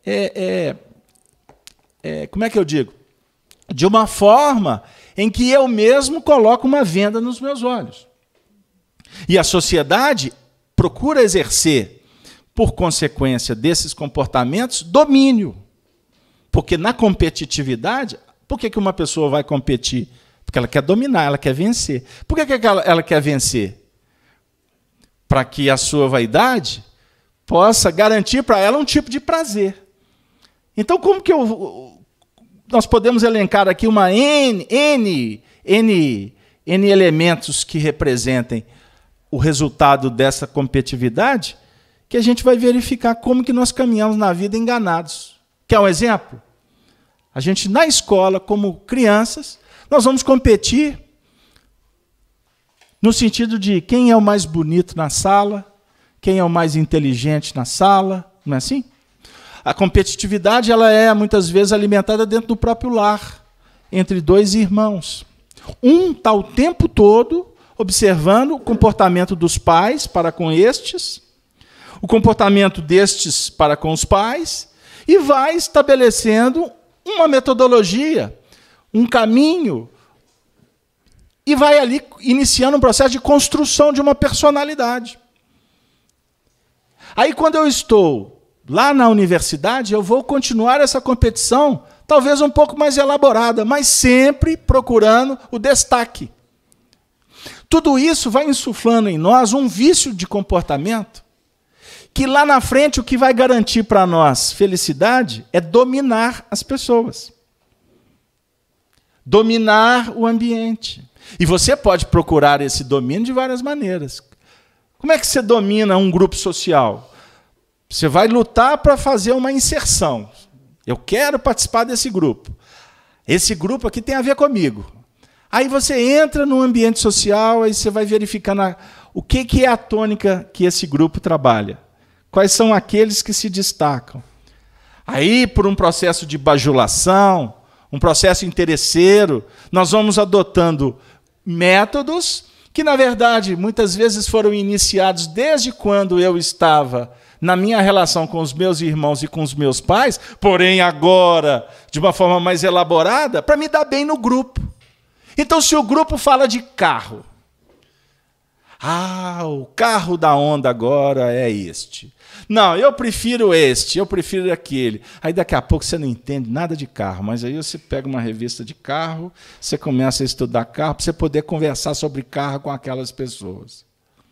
como é que eu digo? De uma forma em que eu mesmo coloco uma venda nos meus olhos. E a sociedade procura exercer, por consequência desses comportamentos, domínio. Porque na competitividade, por que uma pessoa vai competir? Porque ela quer dominar, ela quer vencer. Por que ela quer vencer? Para que a sua vaidade possa garantir para ela um tipo de prazer. Então, como que nós podemos elencar aqui uma N elementos que representem o resultado dessa competitividade, que a gente vai verificar como que nós caminhamos na vida enganados. Quer um exemplo? A gente, na escola, como crianças, nós vamos competir no sentido de quem é o mais bonito na sala, quem é o mais inteligente na sala, não é assim? A competitividade ela é, muitas vezes, alimentada dentro do próprio lar. entre dois irmãos. Um está o tempo todo observando o comportamento dos pais para com estes, o comportamento destes para com os pais, e vai estabelecendo uma metodologia, um caminho, e vai ali iniciando um processo de construção de uma personalidade. Aí, quando eu estou lá na universidade, eu vou continuar essa competição, talvez um pouco mais elaborada, mas sempre procurando o destaque. Tudo isso vai insuflando em nós um vício de comportamento, que lá na frente o que vai garantir para nós felicidade é dominar as pessoas. Dominar o ambiente. E você pode procurar esse domínio de várias maneiras. Como é que você domina um grupo social? Você vai lutar para fazer uma inserção. Eu quero participar desse grupo. Esse grupo aqui tem a ver comigo. Aí você entra no ambiente social, aí você vai verificando o que é a tônica que esse grupo trabalha. Quais são aqueles que se destacam. Aí, por um processo de bajulação, um processo interesseiro, nós vamos adotando métodos que, na verdade, muitas vezes foram iniciados desde quando eu estava na minha relação com os meus irmãos e com os meus pais, porém agora, de uma forma mais elaborada, para me dar bem no grupo. Então, se o grupo fala de carro, o carro da onda agora é este. Não, eu prefiro este, eu prefiro aquele. Aí daqui a pouco você não entende nada de carro, mas aí você pega uma revista de carro, você começa a estudar carro para você poder conversar sobre carro com aquelas pessoas.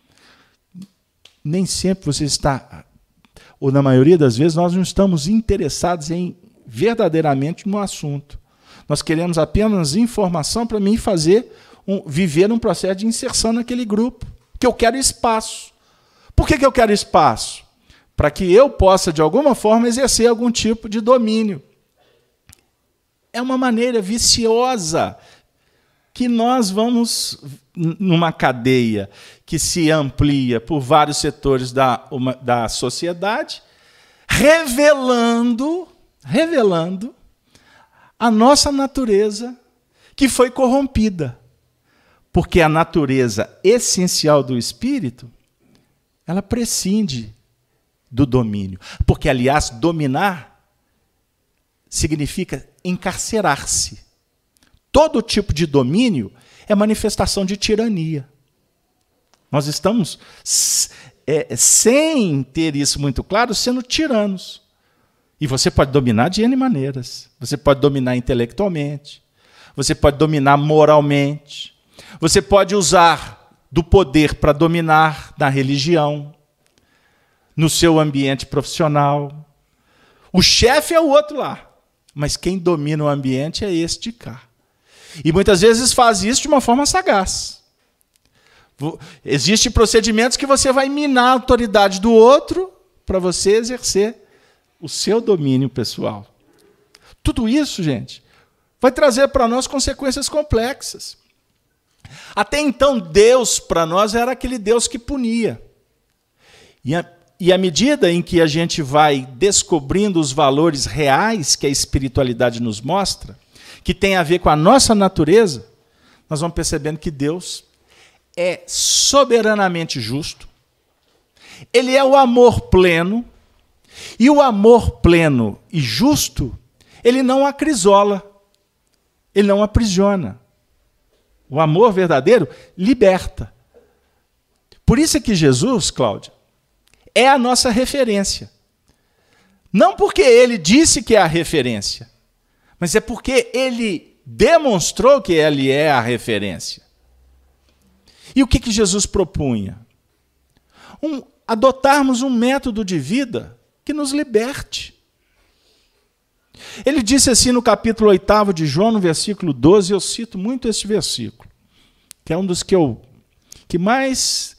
Nem sempre você está, ou na maioria das vezes, nós não estamos interessados em verdadeiramente no assunto. Nós queremos apenas informação para mim viver um processo de inserção naquele grupo, que eu quero espaço. Por que eu quero espaço? Para que eu possa, de alguma forma, exercer algum tipo de domínio. É uma maneira viciosa que nós vamos, numa cadeia que se amplia por vários setores da sociedade, revelando a nossa natureza que foi corrompida. Porque a natureza essencial do espírito, ela prescinde do domínio. Porque, aliás, dominar significa encarcerar-se. Todo tipo de domínio é manifestação de tirania. Nós estamos, sem ter isso muito claro, sendo tiranos. E você pode dominar de N maneiras. Você pode dominar intelectualmente. Você pode dominar moralmente. Você pode usar do poder para dominar na religião, no seu ambiente profissional. O chefe é o outro lá, mas quem domina o ambiente é esse de cá. E muitas vezes faz isso de uma forma sagaz. Existem procedimentos que você vai minar a autoridade do outro para você exercer o seu domínio pessoal. Tudo isso, gente, vai trazer para nós consequências complexas. Até então, Deus, para nós, era aquele Deus que punia. E à medida em que a gente vai descobrindo os valores reais que a espiritualidade nos mostra, que tem a ver com a nossa natureza, nós vamos percebendo que Deus é soberanamente justo, ele é o amor pleno, e o amor pleno e justo, ele não acrisola, ele não aprisiona. O amor verdadeiro liberta. Por isso é que Jesus, Cláudia, é a nossa referência. Não porque ele disse que é a referência, mas é porque ele demonstrou que ele é a referência. E o que Jesus propunha? Adotarmos um método de vida que nos liberte. Ele disse assim no capítulo 8 de João, no versículo 12, eu cito muito esse versículo, que é um dos que mais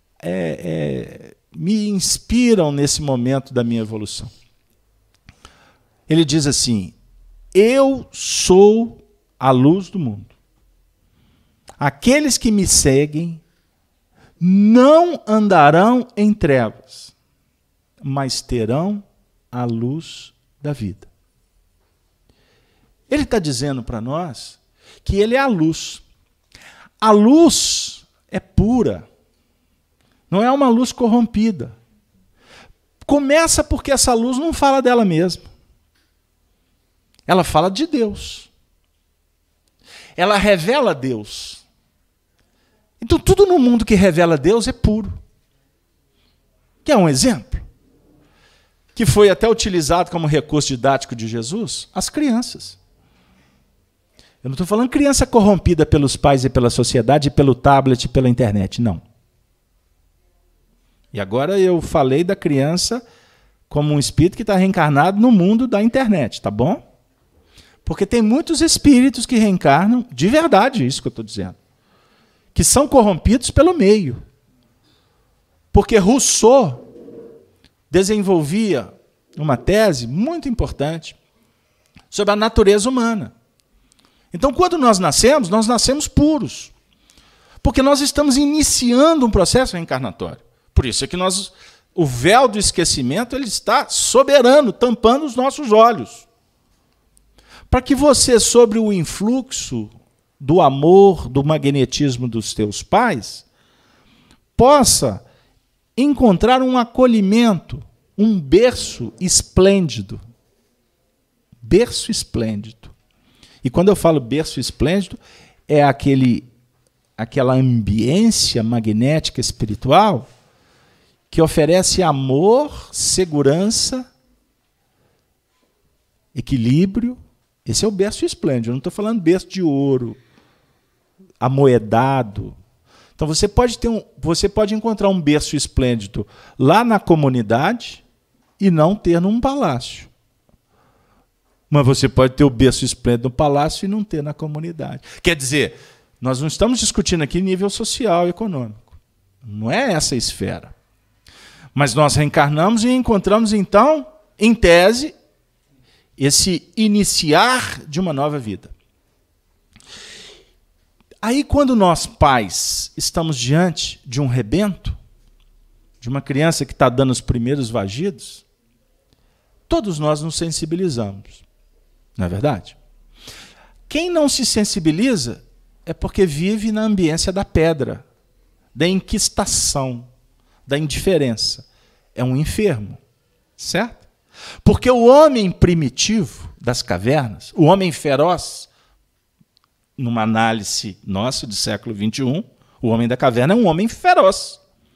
me inspiram nesse momento da minha evolução. Ele diz assim: eu sou a luz do mundo. Aqueles que me seguem não andarão em trevas, mas terão a luz da vida. Ele está dizendo para nós que ele é a luz. A luz é pura, não é uma luz corrompida. Começa porque essa luz não fala dela mesma. Ela fala de Deus. Ela revela Deus. Então tudo no mundo que revela Deus é puro. Quer um exemplo? Que foi até utilizado como recurso didático de Jesus? As crianças. Eu não estou falando criança corrompida pelos pais e pela sociedade, pelo tablet e pela internet, não. E agora eu falei da criança como um espírito que está reencarnado no mundo da internet, tá bom? Porque tem muitos espíritos que reencarnam, de verdade, isso que eu estou dizendo, que são corrompidos pelo meio. Porque Rousseau desenvolvia uma tese muito importante sobre a natureza humana. Então, quando nós nascemos puros. Porque nós estamos iniciando um processo reencarnatório. Por isso é que o véu do esquecimento ele está soberano, tampando os nossos olhos. Para que você, sobre o influxo do amor, do magnetismo dos teus pais, possa encontrar um acolhimento, um berço esplêndido. Berço esplêndido. E quando eu falo berço esplêndido, é aquela ambiência magnética espiritual que oferece amor, segurança, equilíbrio. Esse é o berço esplêndido. Eu não estou falando berço de ouro, amoedado. Então você pode encontrar um berço esplêndido lá na comunidade e não ter num palácio. Mas você pode ter o berço esplêndido no palácio e não ter na comunidade. Quer dizer, nós não estamos discutindo aqui nível social e econômico. Não é essa a esfera. Mas nós reencarnamos e encontramos, então, em tese, esse iniciar de uma nova vida. Aí, quando nós, pais, estamos diante de um rebento, de uma criança que está dando os primeiros vagidos, todos nós nos sensibilizamos. Não é verdade? Quem não se sensibiliza é porque vive na ambiência da pedra, da enquistação, da indiferença. É um enfermo, certo? Porque o homem primitivo das cavernas, o homem feroz, numa análise nossa do século XXI, o homem da caverna é um homem feroz.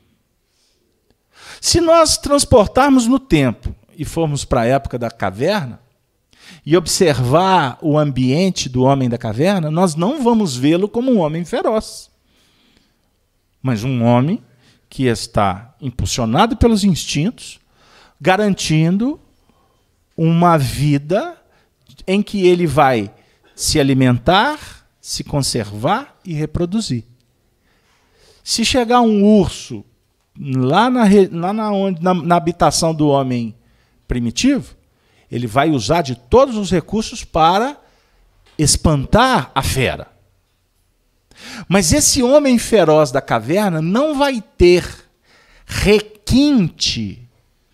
Se nós transportarmos no tempo e formos para a época da caverna, e observar o ambiente do homem da caverna, nós não vamos vê-lo como um homem feroz, mas um homem que está impulsionado pelos instintos, garantindo uma vida em que ele vai se alimentar, se conservar e reproduzir. Se chegar um urso lá na habitação do homem primitivo, ele vai usar de todos os recursos para espantar a fera. Mas esse homem feroz da caverna não vai ter requinte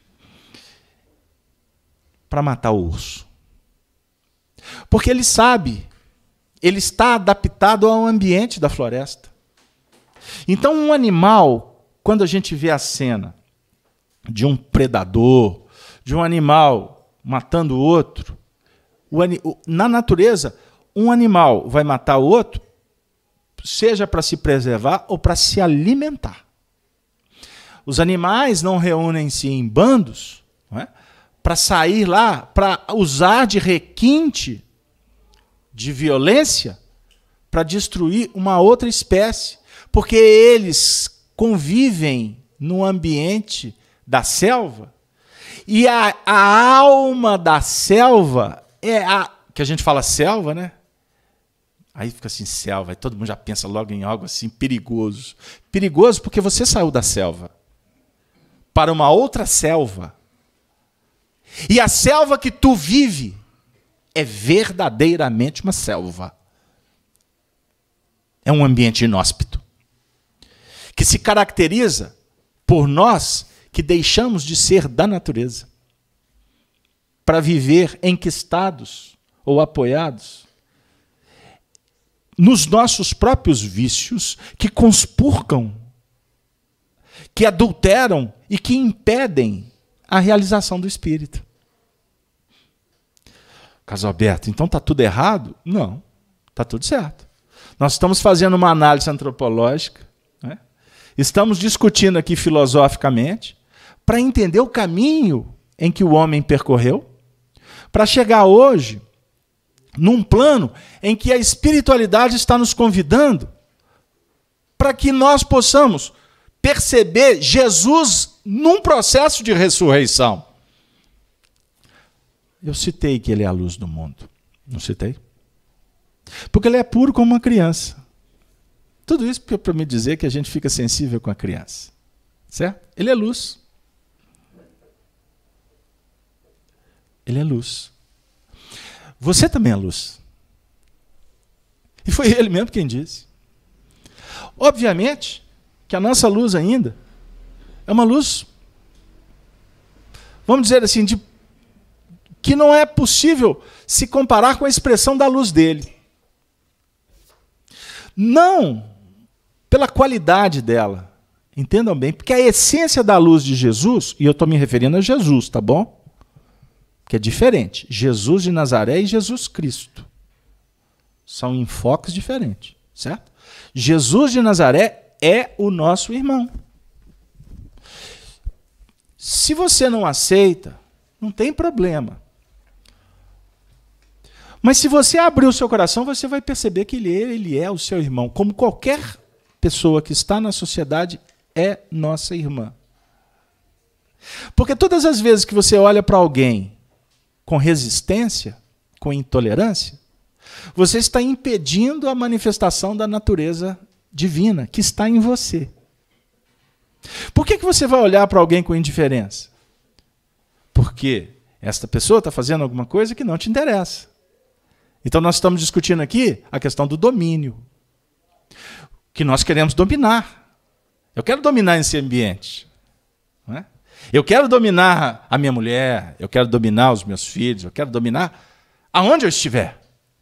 para matar o urso. Porque ele sabe, ele está adaptado ao ambiente da floresta. Então, um animal, quando a gente vê a cena de um predador, de um animal matando o outro, na natureza, um animal vai matar o outro, seja para se preservar ou para se alimentar. Os animais não reúnem-se em bandos, não é? Para sair lá, para usar de requinte, de violência, para destruir uma outra espécie, porque eles convivem no ambiente da selva, e a alma da selva é a... que a gente fala selva, né? Aí fica assim, selva, aí todo mundo já pensa logo em algo assim perigoso. Perigoso porque você saiu da selva para uma outra selva. E a selva que tu vive é verdadeiramente uma selva. É um ambiente inóspito, que se caracteriza por nós que deixamos de ser da natureza para viver enquistados ou apoiados nos nossos próprios vícios que conspurcam, que adulteram e que impedem a realização do Espírito. Casalberto, então está tudo errado? Não, está tudo certo. Nós estamos fazendo uma análise antropológica, né? Estamos discutindo aqui filosoficamente, para entender o caminho em que o homem percorreu, para chegar hoje num plano em que a espiritualidade está nos convidando para que nós possamos perceber Jesus num processo de ressurreição. Eu citei que ele é a luz do mundo. Não citei? Porque ele é puro como uma criança. Tudo isso para me dizer que a gente fica sensível com a criança. Certo? Ele é luz. Ele é luz. Você também é luz. E foi ele mesmo quem disse. Obviamente que a nossa luz ainda é uma luz, vamos dizer assim, que não é possível se comparar com a expressão da luz dele. Não pela qualidade dela. Entendam bem, porque a essência da luz de Jesus, e eu estou me referindo a Jesus, tá bom? Que é diferente. Jesus de Nazaré e Jesus Cristo. São enfoques diferentes, certo? Jesus de Nazaré é o nosso irmão. Se você não aceita, não tem problema. Mas se você abrir o seu coração, você vai perceber que ele é o seu irmão. Como qualquer pessoa que está na sociedade é nossa irmã. Porque todas as vezes que você olha para alguém com resistência, com intolerância, você está impedindo a manifestação da natureza divina que está em você. Por que você vai olhar para alguém com indiferença? Porque esta pessoa está fazendo alguma coisa que não te interessa. Então nós estamos discutindo aqui a questão do domínio, que nós queremos dominar. Eu quero dominar esse ambiente. Não é? Eu quero dominar a minha mulher, eu quero dominar os meus filhos, eu quero dominar aonde eu estiver.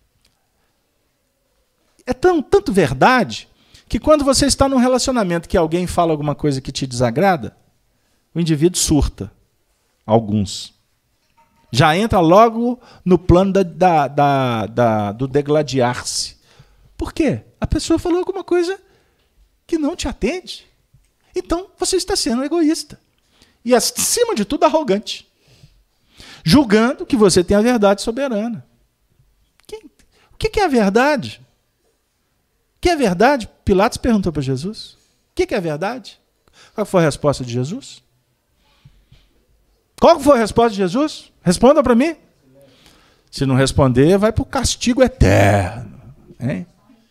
É tanto verdade que quando você está num relacionamento que alguém fala alguma coisa que te desagrada, o indivíduo surta. Alguns. Já entra logo no plano do degladiar-se. Por quê? A pessoa falou alguma coisa que não te atende. Então, você está sendo egoísta. E, acima de tudo, arrogante. Julgando que você tem a verdade soberana. O que é a verdade? O que é verdade? Pilatos perguntou para Jesus. O que é a verdade? Qual foi a resposta de Jesus? Qual foi a resposta de Jesus? Responda para mim. Se não responder, vai para o castigo eterno. Hein?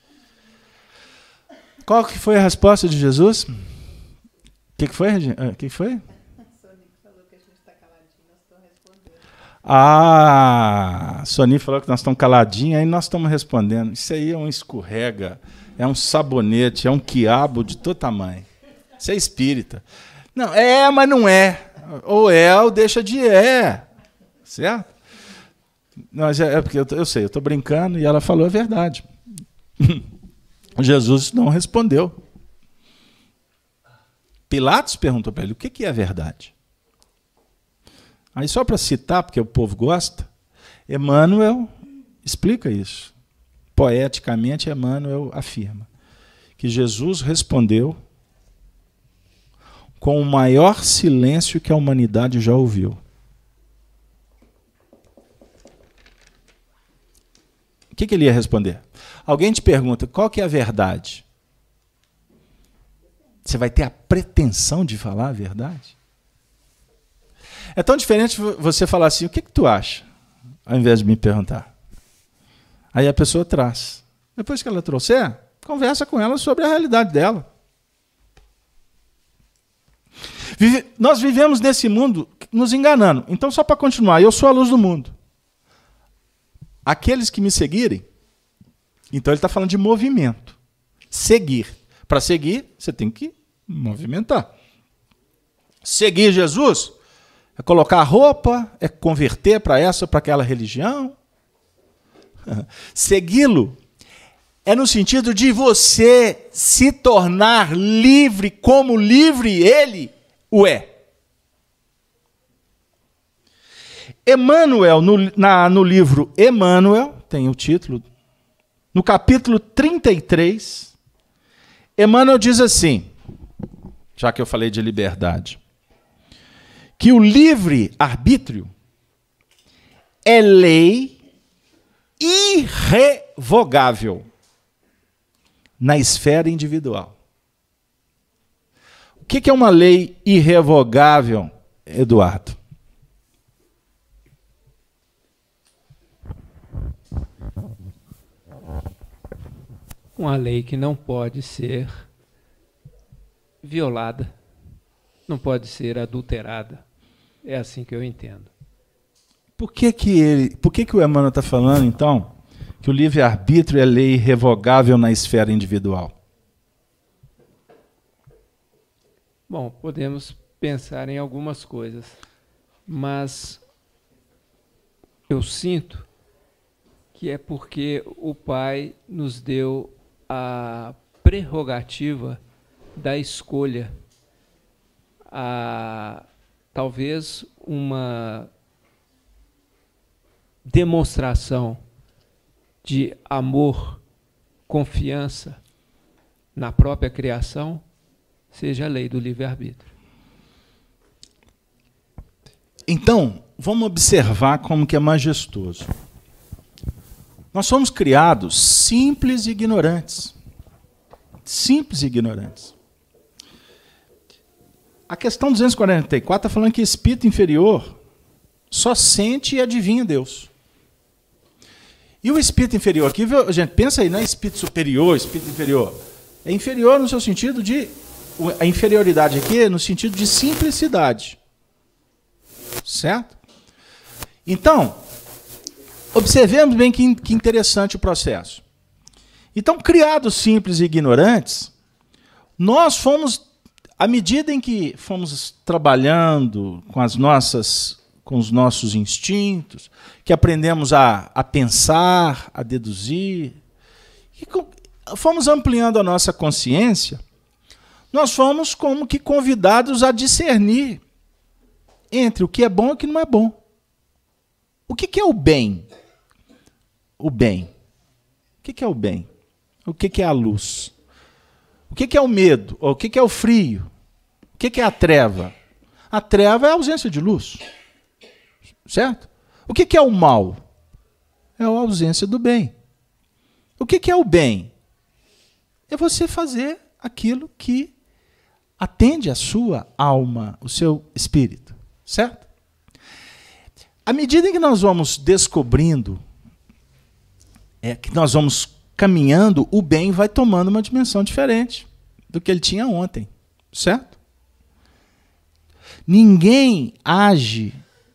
Qual que foi a resposta de Jesus? O que foi, Regina? O que foi? Sonic falou que a gente está caladinho, nós estamos respondendo. Ah, Sonic falou que nós estamos caladinhos, aí nós estamos respondendo. Isso aí é um escorrega, é um sabonete, é um quiabo de todo tamanho. Isso é espírita. Não, mas não é. Ou é ou deixa de certo? Mas é porque eu sei, eu estou brincando e ela falou a verdade. Jesus não respondeu. Pilatos perguntou para ele, o que é a verdade? Aí só para citar, porque o povo gosta, Emmanuel explica isso. Poeticamente, Emmanuel afirma que Jesus respondeu com o maior silêncio que a humanidade já ouviu. O que ele ia responder? Alguém te pergunta, qual que é a verdade? Você vai ter a pretensão de falar a verdade? É tão diferente você falar assim, o que tu acha? Ao invés de me perguntar. Aí a pessoa traz. Depois que ela trouxer, conversa com ela sobre a realidade dela. Nós vivemos nesse mundo nos enganando. Então, só para continuar, eu sou a luz do mundo. Aqueles que me seguirem, então ele está falando de movimento. Seguir. Para seguir, você tem que movimentar. Seguir Jesus é colocar a roupa, é converter para essa ou para aquela religião, Segui-lo é no sentido de você se tornar livre como livre ele o é. Emmanuel, no livro Emmanuel, tem o título, no capítulo 33, Emmanuel diz assim, já que eu falei de liberdade, que o livre-arbítrio é lei irrevogável na esfera individual. O que é uma lei irrevogável, Eduardo? Uma lei que não pode ser violada, não pode ser adulterada. É assim que eu entendo. Por que o Emmanuel está falando, então, que o livre-arbítrio é lei irrevogável na esfera individual? Bom, podemos pensar em algumas coisas, mas eu sinto que é porque o Pai nos deu a prerrogativa da escolha, talvez uma demonstração de amor, confiança na própria criação, seja a lei do livre-arbítrio. Então, vamos observar como que é majestoso. Nós somos criados simples e ignorantes. Simples e ignorantes. A questão 244 está falando que espírito inferior só sente e adivinha Deus. E o espírito inferior aqui, gente, pensa aí, não é espírito superior, espírito inferior. É inferior no seu sentido de... A inferioridade aqui é no sentido de simplicidade. Certo? Então, observemos bem que interessante o processo. Então, criados simples e ignorantes, nós fomos, à medida em que fomos trabalhando com os nossos instintos, que aprendemos a pensar, a deduzir, e fomos ampliando a nossa consciência, nós fomos como que convidados a discernir entre o que é bom e o que não é bom. O que é o bem? O bem. O que é o bem? O que é a luz? O que é o medo? O que é o frio? O que é a treva? A treva é a ausência de luz. Certo? O que é o mal? É a ausência do bem. O que é o bem? É você fazer aquilo que atende a sua alma, o seu espírito. Certo? À medida em que nós vamos descobrindo, que nós vamos caminhando, o bem vai tomando uma dimensão diferente do que ele tinha ontem. Certo? Ninguém age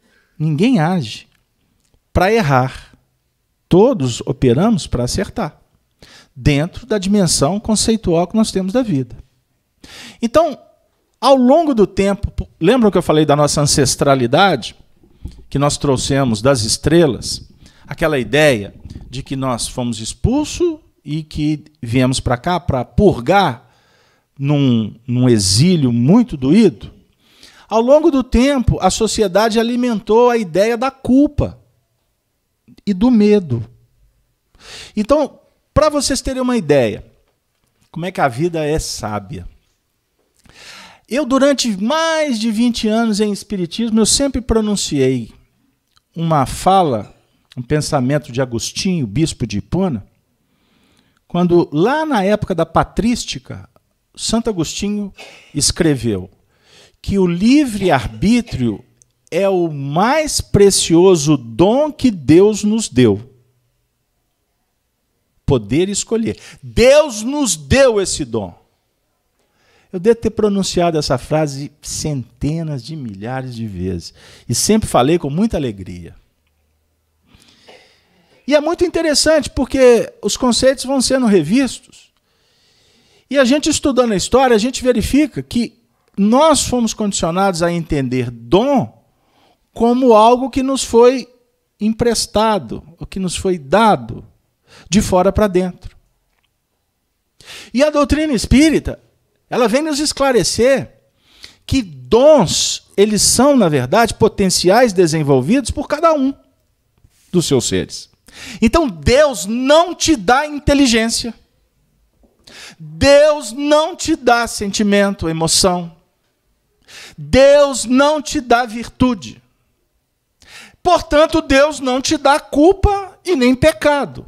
para errar. Todos operamos para acertar, dentro da dimensão conceitual que nós temos da vida. Então, ao longo do tempo, lembram que eu falei da nossa ancestralidade, que nós trouxemos das estrelas, aquela ideia de que nós fomos expulsos e que viemos para cá para purgar num exílio muito doído? Ao longo do tempo, a sociedade alimentou a ideia da culpa e do medo. Então, para vocês terem uma ideia, como é que a vida é sábia. Eu, durante mais de 20 anos em espiritismo, eu sempre pronunciei uma fala, um pensamento de Agostinho, bispo de Hipona, quando, lá na época da patrística, Santo Agostinho escreveu que o livre-arbítrio é o mais precioso dom que Deus nos deu. Poder escolher. Deus nos deu esse dom. Eu devo ter pronunciado essa frase centenas de milhares de vezes. E sempre falei com muita alegria. E é muito interessante, porque os conceitos vão sendo revistos. E a gente, estudando a história, a gente verifica que nós fomos condicionados a entender dom como algo que nos foi emprestado, o que nos foi dado de fora para dentro. E a doutrina espírita, ela vem nos esclarecer que dons, eles são, na verdade, potenciais desenvolvidos por cada um dos seus seres. Então, Deus não te dá inteligência. Deus não te dá sentimento, emoção. Deus não te dá virtude. Portanto, Deus não te dá culpa e nem pecado.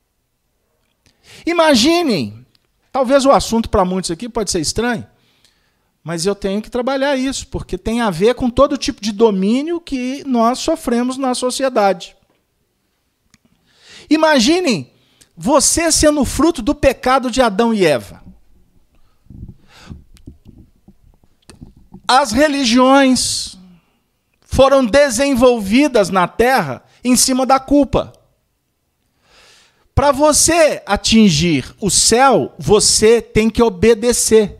Imaginem, talvez o assunto para muitos aqui pode ser estranho, mas eu tenho que trabalhar isso, porque tem a ver com todo tipo de domínio que nós sofremos na sociedade. Imaginem você sendo fruto do pecado de Adão e Eva. As religiões foram desenvolvidas na Terra em cima da culpa. Para você atingir o céu, você tem que obedecer.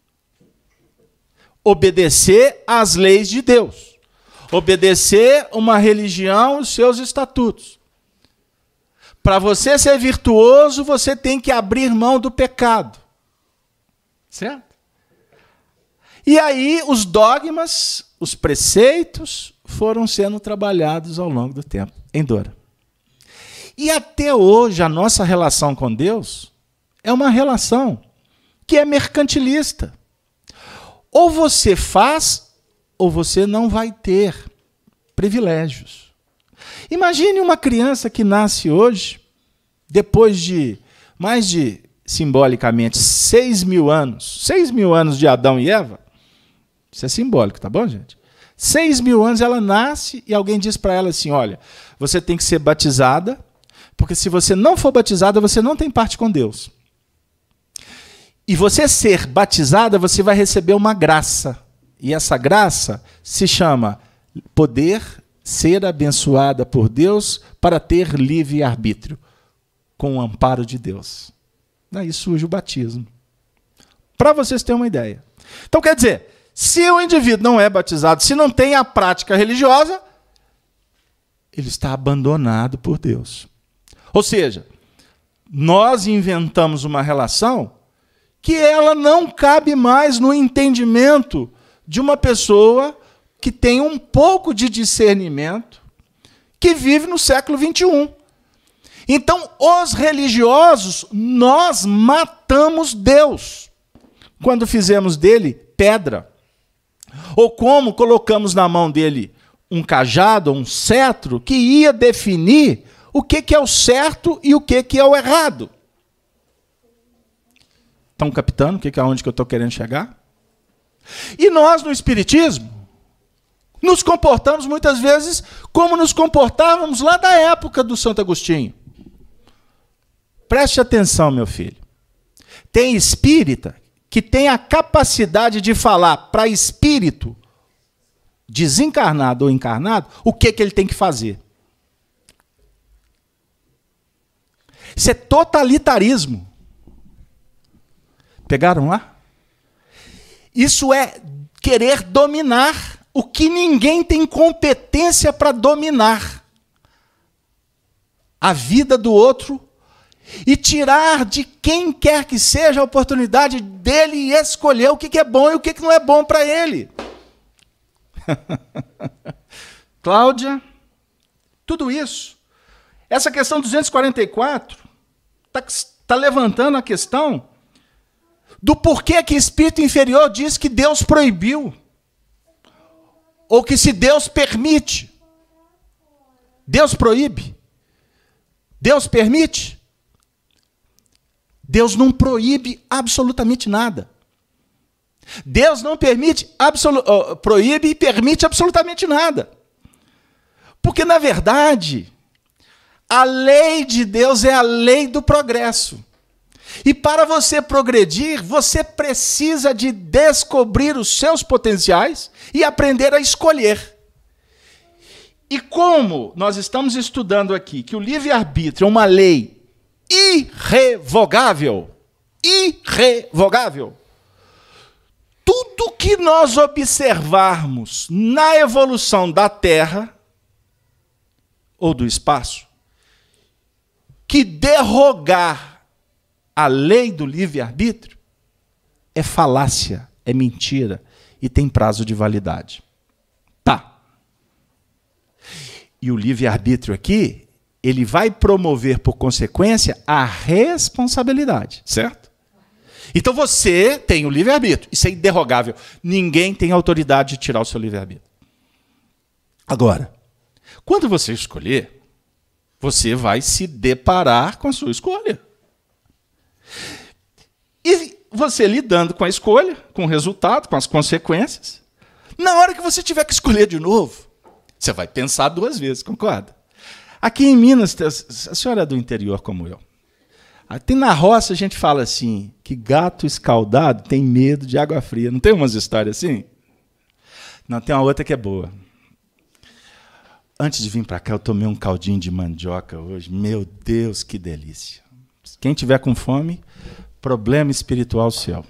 Obedecer às leis de Deus. Obedecer uma religião e os seus estatutos. Para você ser virtuoso, você tem que abrir mão do pecado. Certo? E aí os dogmas, os preceitos, foram sendo trabalhados ao longo do tempo, em Dora. E até hoje a nossa relação com Deus é uma relação que é mercantilista. Ou você faz, ou você não vai ter privilégios. Imagine uma criança que nasce hoje, depois de mais de, simbolicamente, 6.000 anos. 6.000 anos de Adão e Eva. Isso é simbólico, tá bom, gente? 6.000 anos ela nasce e alguém diz para ela assim, olha, você tem que ser batizada, porque se você não for batizada, você não tem parte com Deus. E você ser batizada, você vai receber uma graça. E essa graça se chama poder ser abençoada por Deus para ter livre-arbítrio, com o amparo de Deus. Daí surge o batismo. Para vocês terem uma ideia. Então, quer dizer, se o indivíduo não é batizado, se não tem a prática religiosa, ele está abandonado por Deus. Ou seja, nós inventamos uma relação que ela não cabe mais no entendimento de uma pessoa que tem um pouco de discernimento, que vive no século XXI. Então, os religiosos, nós matamos Deus quando fizemos dele pedra. Ou como colocamos na mão dele um cajado, um cetro, que ia definir o que é o certo e o que é o errado. Estão captando aonde que eu estou querendo chegar? E nós, no Espiritismo, nos comportamos muitas vezes como nos comportávamos lá da época do Santo Agostinho. Preste atenção, meu filho. Tem espírita que tem a capacidade de falar para espírito, desencarnado ou encarnado, o que ele tem que fazer. Isso é totalitarismo. Pegaram lá? Isso é querer dominar o que ninguém tem competência para dominar. A vida do outro e tirar de quem quer que seja a oportunidade dele escolher o que é bom e o que não é bom para ele. Cláudia, tudo isso. Essa questão 244 está levantando a questão do porquê que espírito inferior diz que Deus proibiu. Ou que se Deus permite. Deus proíbe? Deus permite? Deus não proíbe absolutamente nada. Deus não permite, proíbe e permite absolutamente nada. Porque, na verdade, a lei de Deus é a lei do progresso. E para você progredir, você precisa de descobrir os seus potenciais e aprender a escolher. E como nós estamos estudando aqui que o livre-arbítrio é uma lei irrevogável, tudo que nós observarmos na evolução da Terra, ou do espaço, que derrogar a lei do livre-arbítrio é falácia, é mentira e tem prazo de validade. Tá. E o livre-arbítrio aqui, ele vai promover, por consequência, a responsabilidade, certo? Então você tem o livre-arbítrio, isso é inderrogável. Ninguém tem autoridade de tirar o seu livre-arbítrio. Agora, quando você escolher, você vai se deparar com a sua escolha. E você lidando com a escolha, com o resultado, com as consequências, na hora que você tiver que escolher de novo, você vai pensar 2 vezes, concorda? Aqui em Minas, a senhora é do interior como eu. Tem na roça a gente fala assim, que gato escaldado tem medo de água fria. Não tem umas histórias assim? Não, tem uma outra que é boa. Antes de vir para cá, eu tomei um caldinho de mandioca hoje. Meu Deus, que delícia. Quem tiver com fome, problema espiritual seu.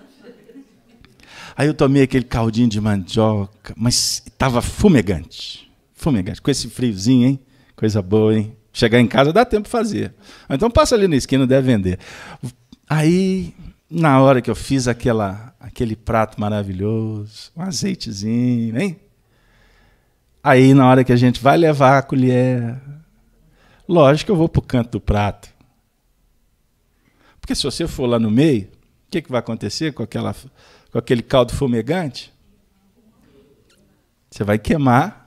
Aí eu tomei aquele caldinho de mandioca, mas estava fumegante. Fumegante, com esse friozinho, hein? Coisa boa, hein? Chegar em casa dá tempo de fazer. Então passa ali na esquina, deve vender. Aí, na hora que eu fiz aquele prato maravilhoso, um azeitezinho, hein? Aí, na hora que a gente vai levar a colher, lógico que eu vou para o canto do prato. Porque se você for lá no meio, o que vai acontecer com aquele caldo fumegante? Você vai queimar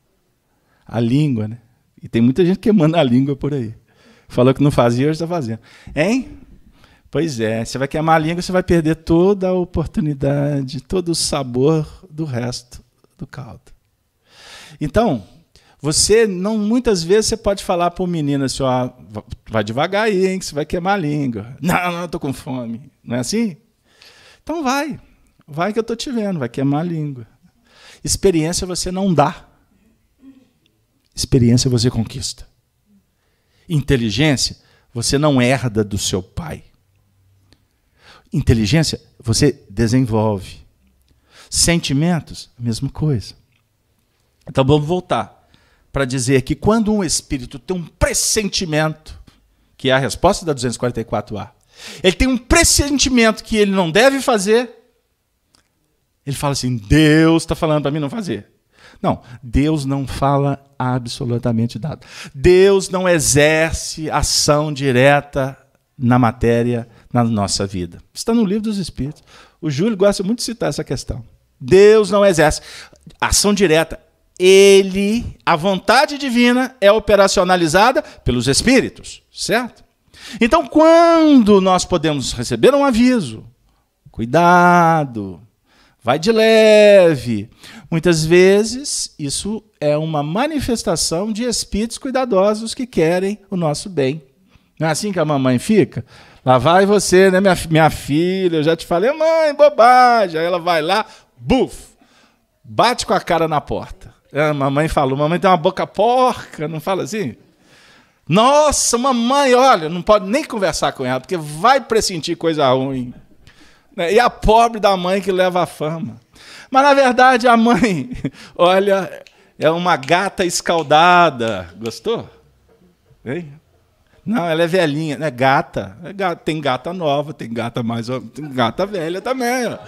a língua, né? E tem muita gente queimando a língua por aí. Falou que não fazia, hoje está fazendo. Hein? Pois é, você vai queimar a língua, você vai perder toda a oportunidade, todo o sabor do resto do caldo. Então, muitas vezes você pode falar para o menino assim, ó, vai devagar aí, hein, que você vai queimar a língua. Não, estou com fome. Não é assim? Então vai que eu estou te vendo, vai queimar a língua. Experiência você não dá. Experiência você conquista. Inteligência você não herda do seu pai. Inteligência você desenvolve. Sentimentos, a mesma coisa. Então vamos voltar para dizer que quando um espírito tem um pressentimento, que é a resposta da 244A, ele tem um pressentimento que ele não deve fazer, ele fala assim, Deus está falando para mim não fazer. Não, Deus não fala absolutamente nada. Deus não exerce ação direta na matéria, na nossa vida. Está no livro dos Espíritos. O Júlio gosta muito de citar essa questão. Deus não exerce ação direta. A vontade divina é operacionalizada pelos Espíritos, certo? Então, quando nós podemos receber um aviso, cuidado, vai de leve. Muitas vezes, isso é uma manifestação de espíritos cuidadosos que querem o nosso bem. Não é assim que a mamãe fica? Lá vai você, né, minha filha, eu já te falei, mãe, bobagem. Aí ela vai lá, buf, bate com a cara na porta. A mamãe falou, mamãe tem uma boca porca, não fala assim? Nossa, mamãe, olha, não pode nem conversar com ela, porque vai pressentir coisa ruim. E a pobre da mãe que leva a fama. Mas, na verdade, a mãe, olha, é uma gata escaldada. Gostou? Hein? Não, ela é velhinha, não é gata. Tem gata nova, tem gata tem gata velha também. Ó.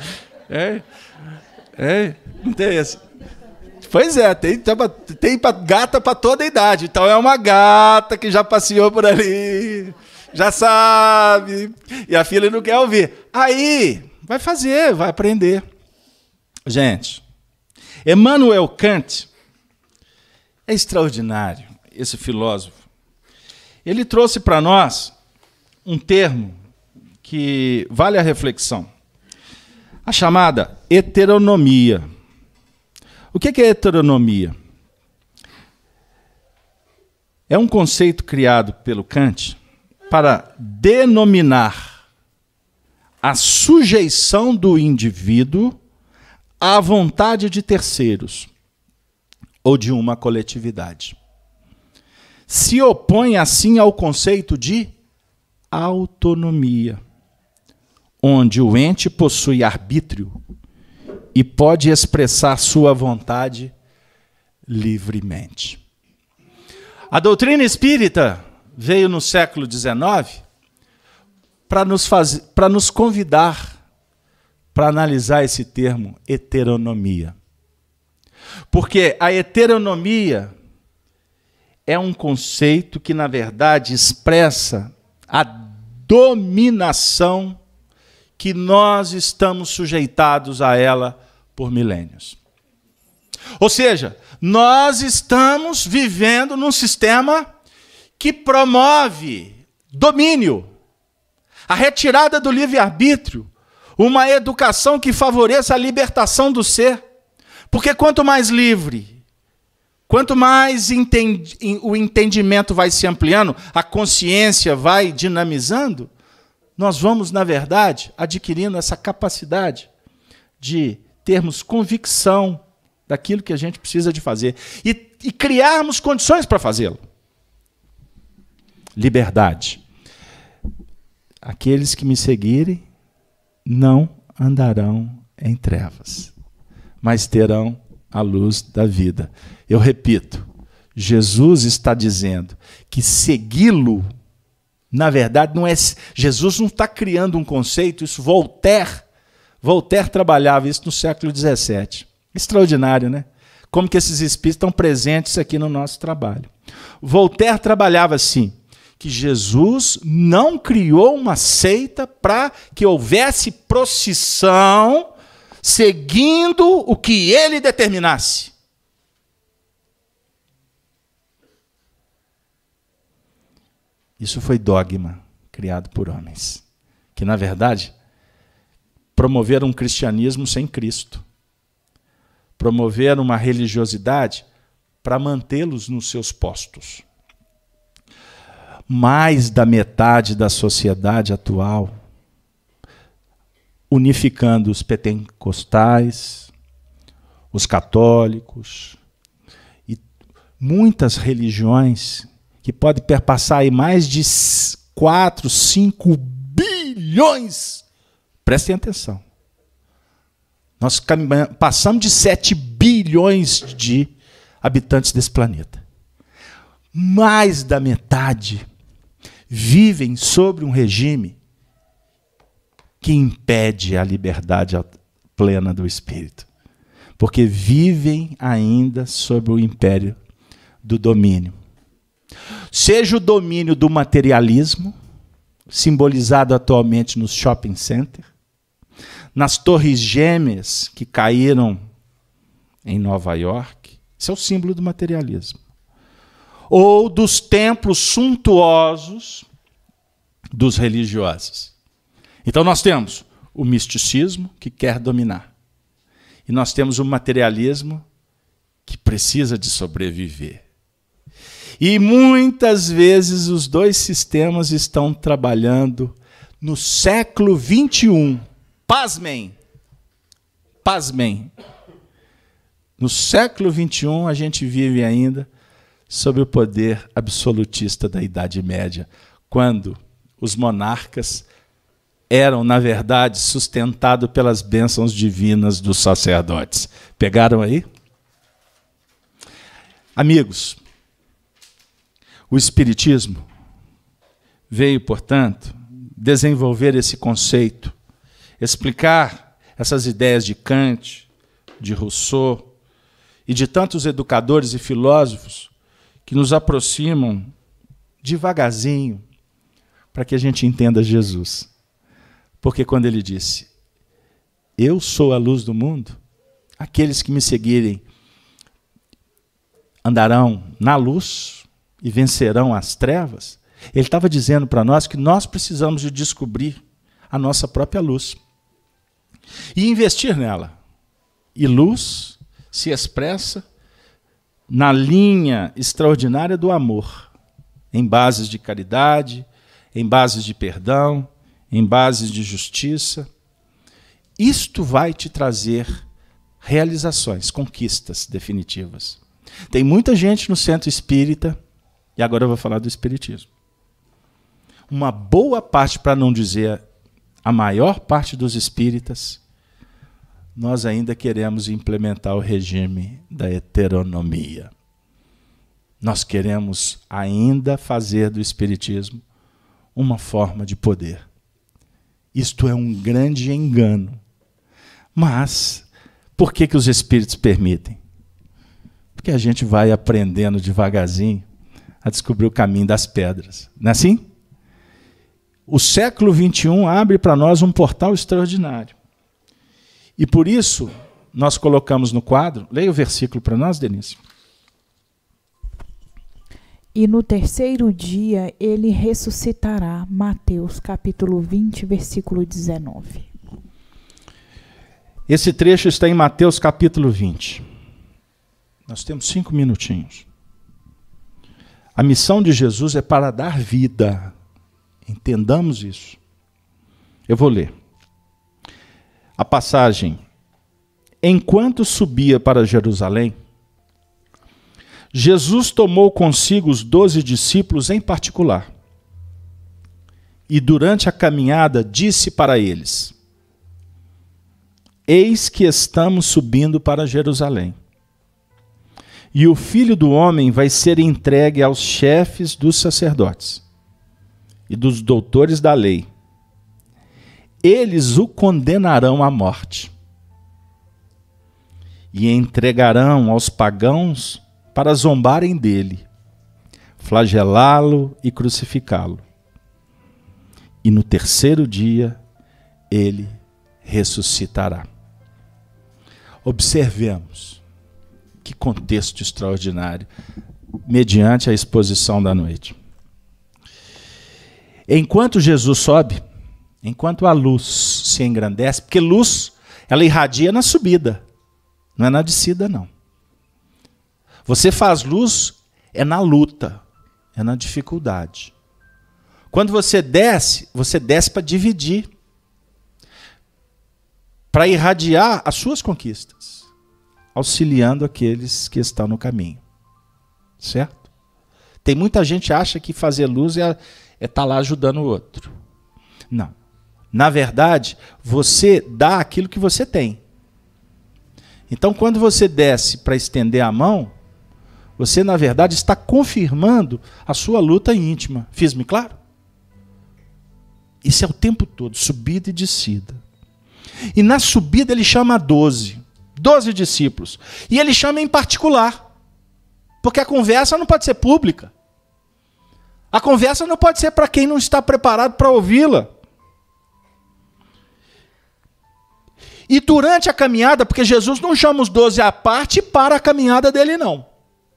Não tem esse. Pois é, tem gata para toda a idade. Então é uma gata que já passeou por ali. Já sabe, e a filha não quer ouvir. Aí, vai fazer, vai aprender. Gente, Immanuel Kant é extraordinário, esse filósofo. Ele trouxe para nós um termo que vale a reflexão. A chamada heteronomia. O que é heteronomia? É um conceito criado pelo Kant para denominar a sujeição do indivíduo à vontade de terceiros ou de uma coletividade. Se opõe, assim, ao conceito de autonomia, onde o ente possui arbítrio e pode expressar sua vontade livremente. A doutrina espírita veio no século XIX para nos convidar para analisar esse termo heteronomia. Porque a heteronomia é um conceito que, na verdade, expressa a dominação que nós estamos sujeitados a ela por milênios. Ou seja, nós estamos vivendo num sistema que promove domínio, a retirada do livre-arbítrio, uma educação que favoreça a libertação do ser. Porque quanto mais livre, quanto mais o entendimento vai se ampliando, a consciência vai dinamizando, nós vamos, na verdade, adquirindo essa capacidade de termos convicção daquilo que a gente precisa de fazer e criarmos condições para fazê-lo. Liberdade. Aqueles que me seguirem não andarão em trevas, mas terão a luz da vida. Eu repito, Jesus está dizendo que segui-lo, na verdade, não é. Jesus não está criando um conceito, isso Voltaire trabalhava isso no século XVII. Extraordinário, né? Como que esses espíritos estão presentes aqui no nosso trabalho. Voltaire trabalhava assim, que Jesus não criou uma seita para que houvesse procissão seguindo o que ele determinasse. Isso foi dogma criado por homens, que, na verdade, promoveram um cristianismo sem Cristo. Promoveram uma religiosidade para mantê-los nos seus postos. Mais da metade da sociedade atual, unificando os pentecostais, os católicos e muitas religiões que podem perpassar aí mais de 4, 5 bilhões. Prestem atenção. Nós passamos de 7 bilhões de habitantes desse planeta. Mais da metade vivem sobre um regime que impede a liberdade plena do espírito. Porque vivem ainda sob o império do domínio. Seja o domínio do materialismo, simbolizado atualmente nos shopping centers, nas torres gêmeas que caíram em Nova York, isso é o símbolo do materialismo. Ou dos templos suntuosos dos religiosos. Então nós temos o misticismo que quer dominar. E nós temos o materialismo que precisa de sobreviver. E muitas vezes os dois sistemas estão trabalhando no século XXI. Pasmem! Pasmem! No século XXI a gente vive ainda sob o poder absolutista da Idade Média, quando os monarcas eram, na verdade, sustentados pelas bênçãos divinas dos sacerdotes. Pegaram aí? Amigos, o Espiritismo veio, portanto, desenvolver esse conceito, explicar essas ideias de Kant, de Rousseau e de tantos educadores e filósofos que nos aproximam devagarzinho para que a gente entenda Jesus. Porque quando ele disse, eu sou a luz do mundo, aqueles que me seguirem andarão na luz e vencerão as trevas, ele estava dizendo para nós que nós precisamos de descobrir a nossa própria luz e investir nela. E luz se expressa na linha extraordinária do amor, em bases de caridade, em bases de perdão, em bases de justiça. Isto vai te trazer realizações, conquistas definitivas. Tem muita gente no centro espírita, e agora eu vou falar do espiritismo. Uma boa parte, para não dizer a maior parte dos espíritas, nós ainda queremos implementar o regime da heteronomia. nós queremos ainda fazer do espiritismo uma forma de poder. Isto é um grande engano. Mas, por que os espíritos permitem? Porque a gente vai aprendendo devagarzinho a descobrir o caminho das pedras. Não é assim? O século XXI abre para nós um portal extraordinário. E por isso, nós colocamos no quadro, leia o versículo para nós, Denise. E no terceiro dia ele ressuscitará. Mateus capítulo 20, versículo 19. Esse trecho está em Mateus capítulo 20. Nós temos 5 minutinhos. A missão de Jesus é para dar vida. Entendamos isso. Eu vou ler. A passagem. Enquanto subia para Jerusalém, Jesus tomou consigo os 12 discípulos em particular. E durante a caminhada disse para eles: Eis que estamos subindo para Jerusalém. E o Filho do Homem vai ser entregue aos chefes dos sacerdotes e dos doutores da lei. Eles o condenarão à morte e entregarão aos pagãos para zombarem dele, flagelá-lo e crucificá-lo. E no terceiro dia ele ressuscitará. Observemos que contexto extraordinário, mediante a exposição da noite. Enquanto Jesus sobe, enquanto a luz se engrandece, porque luz, ela irradia na subida, não é na descida, não. Você faz luz, é na luta, é na dificuldade. Quando você desce para dividir, para irradiar as suas conquistas, auxiliando aqueles que estão no caminho. Certo? Tem muita gente que acha que fazer luz é estar lá ajudando o outro. Não. Na verdade, você dá aquilo que você tem. Então, quando você desce para estender a mão, você, na verdade, está confirmando a sua luta íntima. Fiz-me claro? Isso é o tempo todo, subida e descida. E na subida ele chama 12 discípulos. E ele chama em particular. Porque a conversa não pode ser pública. A conversa não pode ser para quem não está preparado para ouvi-la. E durante a caminhada, porque Jesus não chama os 12 à parte para a caminhada dele, não.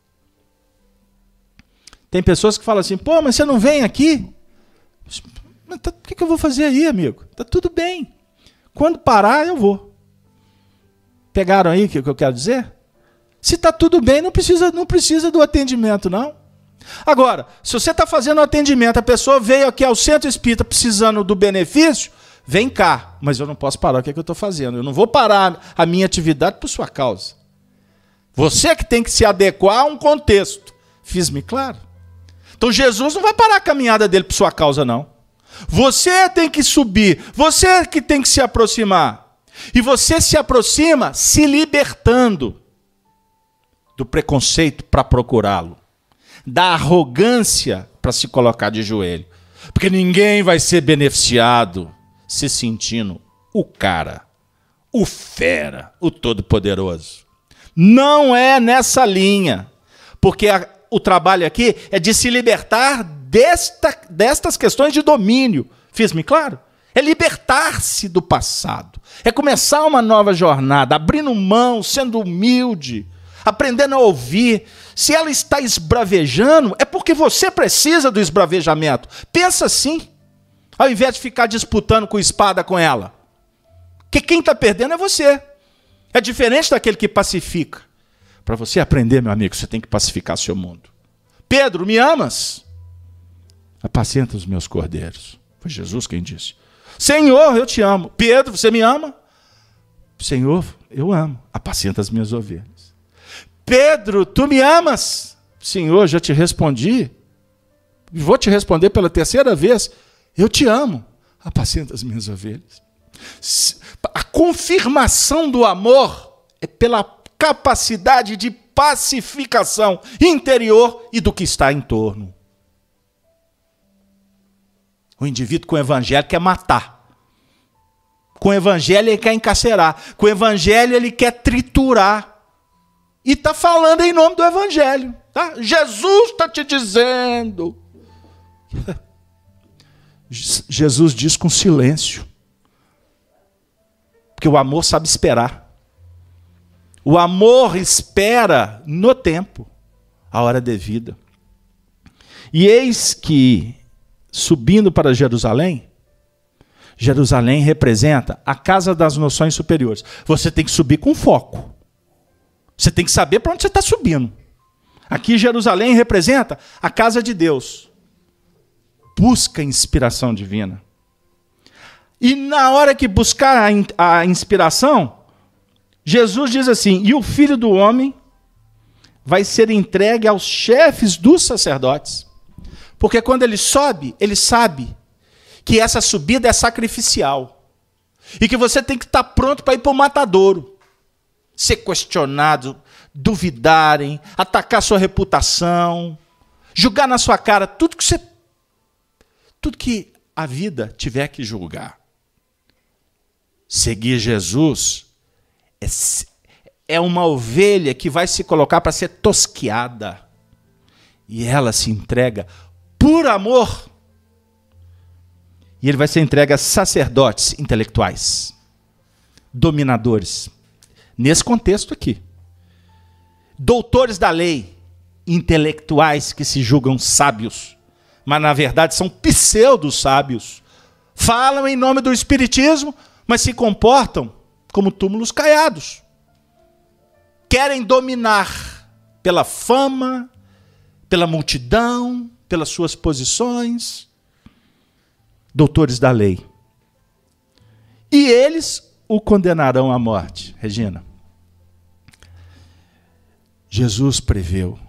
Tem pessoas que falam assim, pô, mas você não vem aqui? O que eu vou fazer aí, amigo? Tá tudo bem. Quando parar, eu vou. Pegaram aí o que eu quero dizer? Se está tudo bem, não precisa do atendimento, não. Agora, se você está fazendo o atendimento, a pessoa veio aqui ao centro espírita precisando do benefício, vem cá, mas eu não posso parar o que eu estou fazendo. Eu não vou parar a minha atividade por sua causa. Você que tem que se adequar a um contexto. Fiz-me claro? Então Jesus não vai parar a caminhada dele por sua causa, não. Você tem que subir, você que tem que se aproximar. E você se aproxima se libertando do preconceito para procurá-lo, da arrogância para se colocar de joelho. Porque ninguém vai ser beneficiado se sentindo o cara, o fera, o todo-poderoso. Não é nessa linha. Porque o trabalho aqui é de se libertar destas questões de domínio. Fiz-me claro? É libertar-se do passado. É começar uma nova jornada, abrindo mão, sendo humilde, aprendendo a ouvir. Se ela está esbravejando, é porque você precisa do esbravejamento. Pensa assim, ao invés de ficar disputando com espada com ela. Porque quem está perdendo é você. É diferente daquele que pacifica. Para você aprender, meu amigo, você tem que pacificar seu mundo. Pedro, me amas? Apacenta os meus cordeiros. Foi Jesus quem disse. Senhor, eu te amo. Pedro, você me ama? Senhor, eu amo. Apacenta as minhas ovelhas. Pedro, tu me amas? Senhor, já te respondi. Vou te responder pela terceira vez. Eu te amo. Apacenta as minhas ovelhas. A confirmação do amor é pela capacidade de pacificação interior e do que está em torno. O indivíduo com o evangelho quer matar. Com o evangelho ele quer encarcerar. Com o evangelho ele quer triturar. E está falando em nome do evangelho. Tá? Jesus está te dizendo. Jesus diz com silêncio. Porque o amor sabe esperar. O amor espera no tempo, a hora devida. E eis que, subindo para Jerusalém, Jerusalém representa a casa das noções superiores. Você tem que subir com foco. Você tem que saber para onde você está subindo. Aqui Jerusalém representa a casa de Deus. Busca inspiração divina. E na hora que buscar a inspiração, Jesus diz assim, e o Filho do Homem vai ser entregue aos chefes dos sacerdotes. Porque quando ele sobe, ele sabe que essa subida é sacrificial. E que você tem que estar pronto para ir para o matadouro. Ser questionado, duvidarem, atacar sua reputação, julgar na sua cara tudo que a vida tiver que julgar. Seguir Jesus é uma ovelha que vai se colocar para ser tosquiada. E ela se entrega por amor. E ele vai ser entregue a sacerdotes intelectuais, dominadores. Nesse contexto aqui. Doutores da lei, intelectuais que se julgam sábios, mas na verdade são pseudo-sábios. Falam em nome do espiritismo, mas se comportam como túmulos caiados. Querem dominar pela fama, pela multidão, pelas suas posições. Doutores da lei. E eles o condenarão à morte. Regina, Jesus previu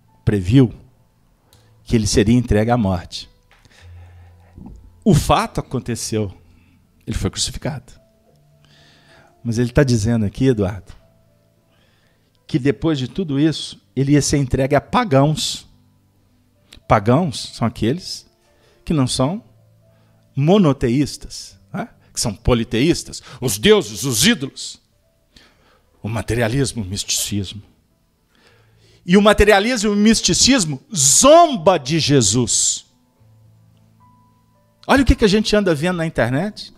que ele seria entregue à morte. O fato aconteceu. Ele foi crucificado. Mas ele está dizendo aqui, Eduardo, que depois de tudo isso, ele ia ser entregue a pagãos. Pagãos são aqueles que não são monoteístas, né? Que são politeístas, os deuses, os ídolos. O materialismo, o misticismo. E o materialismo e o misticismo zomba de Jesus. Olha o que a gente anda vendo na internet.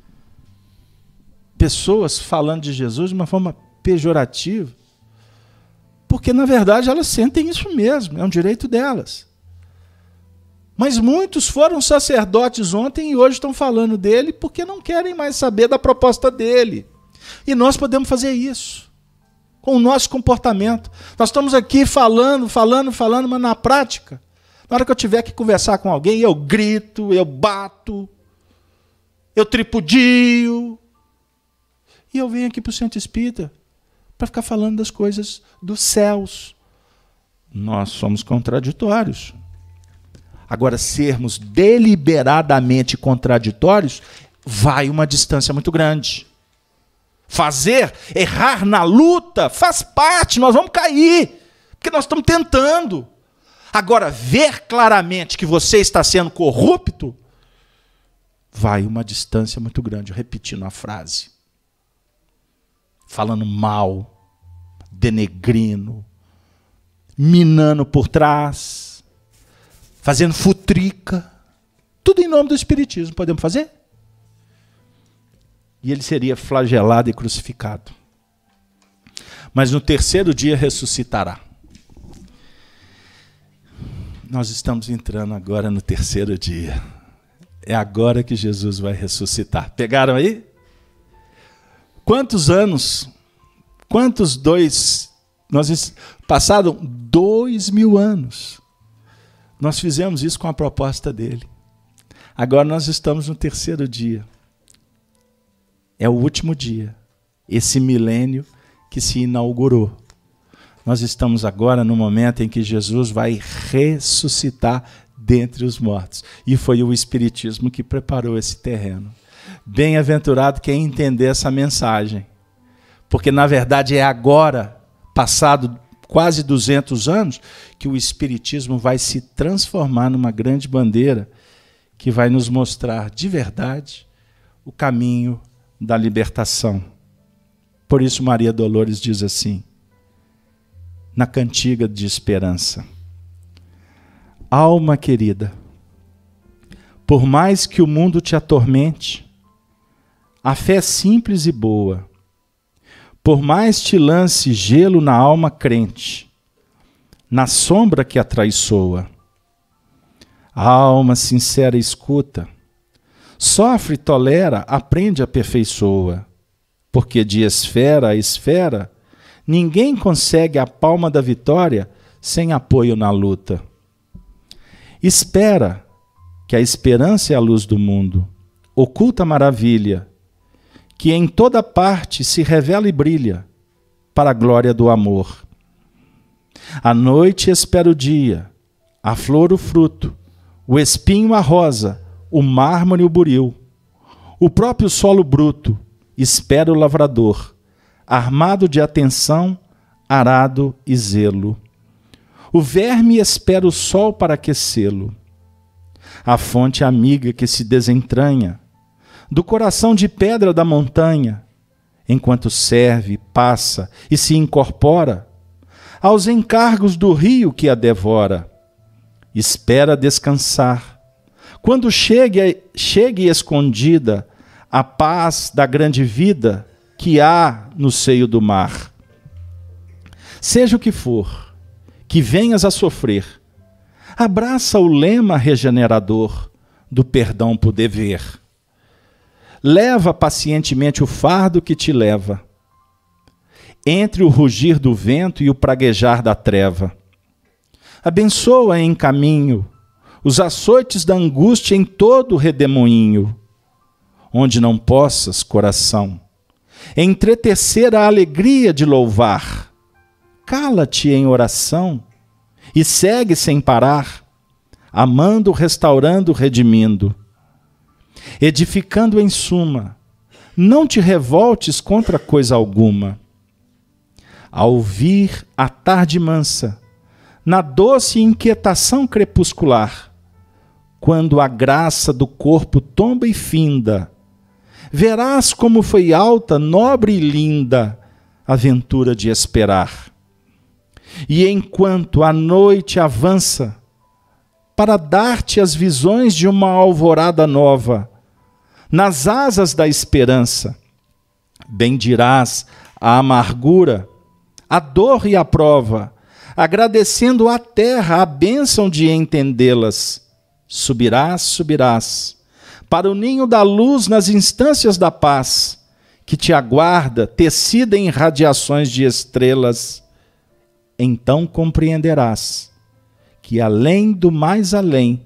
Pessoas falando de Jesus de uma forma pejorativa. Porque, na verdade, elas sentem isso mesmo. É um direito delas. Mas muitos foram sacerdotes ontem e hoje estão falando dele porque não querem mais saber da proposta dele. E nós podemos fazer isso. Com o nosso comportamento. Nós estamos aqui falando, mas na prática, na hora que eu tiver que conversar com alguém, eu grito, eu bato, eu tripudio. E eu venho aqui para o Centro Espírita para ficar falando das coisas dos céus. Nós somos contraditórios. Agora, sermos deliberadamente contraditórios, vai uma distância muito grande. Errar na luta, faz parte, nós vamos cair, porque nós estamos tentando. Agora, ver claramente que você está sendo corrupto, vai uma distância muito grande, repetindo a frase. Falando mal, denegrindo, minando por trás, fazendo futrica, tudo em nome do espiritismo. Podemos fazer? E ele seria flagelado e crucificado. Mas no terceiro dia ressuscitará. Nós estamos entrando agora no terceiro dia. É agora que Jesus vai ressuscitar. Pegaram aí? Quantos anos? Quantos dois? Passaram 2000 anos. Nós fizemos isso com a proposta dele. Agora nós estamos no terceiro dia. É o último dia. Esse milênio que se inaugurou. Nós estamos agora no momento em que Jesus vai ressuscitar dentre os mortos. E foi o Espiritismo que preparou esse terreno. Bem-aventurado quem entender essa mensagem. Porque, na verdade, é agora, passado quase 200 anos, que o Espiritismo vai se transformar numa grande bandeira que vai nos mostrar de verdade o caminho da libertação. Por isso Maria Dolores diz assim, na cantiga de esperança: alma querida, por mais que o mundo te atormente, a fé simples e boa, por mais te lance gelo na alma crente, na sombra que a traiçoa, a alma sincera escuta, sofre, tolera, aprende, aperfeiçoa, porque de esfera a esfera, ninguém consegue a palma da vitória sem apoio na luta. Espera, que a esperança é a luz do mundo, oculta maravilha, que em toda parte se revela e brilha, para a glória do amor. A noite espera o dia, a flor o fruto, o espinho a rosa, o mármore o buril, o próprio solo bruto, espera o lavrador, armado de atenção, arado e zelo. O verme espera o sol para aquecê-lo. A fonte amiga que se desentranha do coração de pedra da montanha, enquanto serve, passa e se incorpora aos encargos do rio que a devora. Espera descansar, quando chegue escondida a paz da grande vida que há no seio do mar. Seja o que for, que venhas a sofrer, abraça o lema regenerador do perdão por dever. Leva pacientemente o fardo que te leva, entre o rugir do vento e o praguejar da treva. Abençoa em caminho os açoites da angústia em todo o redemoinho, onde não possas, coração, entretecer a alegria de louvar. Cala-te em oração e segue sem parar, amando, restaurando, redimindo, edificando em suma. Não te revoltes contra coisa alguma. Ao vir a tarde mansa, na doce inquietação crepuscular, quando a graça do corpo tomba e finda, verás como foi alta, nobre e linda a ventura de esperar. E enquanto a noite avança para dar-te as visões de uma alvorada nova, nas asas da esperança, bendirás a amargura, a dor e a prova, agradecendo à terra a bênção de entendê-las. Subirás, subirás, para o ninho da luz nas instâncias da paz, que te aguarda, tecida em radiações de estrelas. Então compreenderás que além do mais além,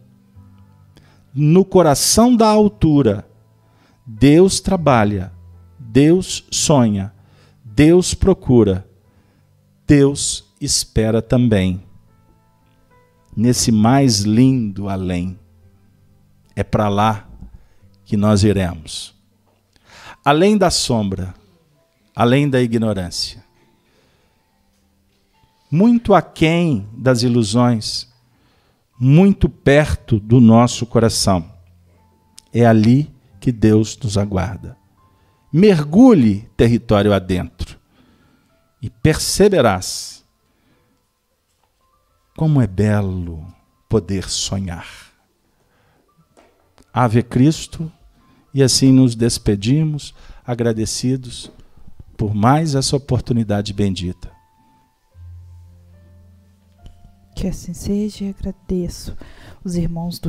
no coração da altura, Deus trabalha, Deus sonha, Deus procura, Deus espera também. Nesse mais lindo além, é para lá que nós iremos. Além da sombra, além da ignorância, muito aquém das ilusões, muito perto do nosso coração. É ali que Deus nos aguarda. Mergulhe território adentro e perceberás como é belo poder sonhar. Ave Cristo, e assim nos despedimos, agradecidos por mais essa oportunidade bendita. Que assim seja, e agradeço os irmãos do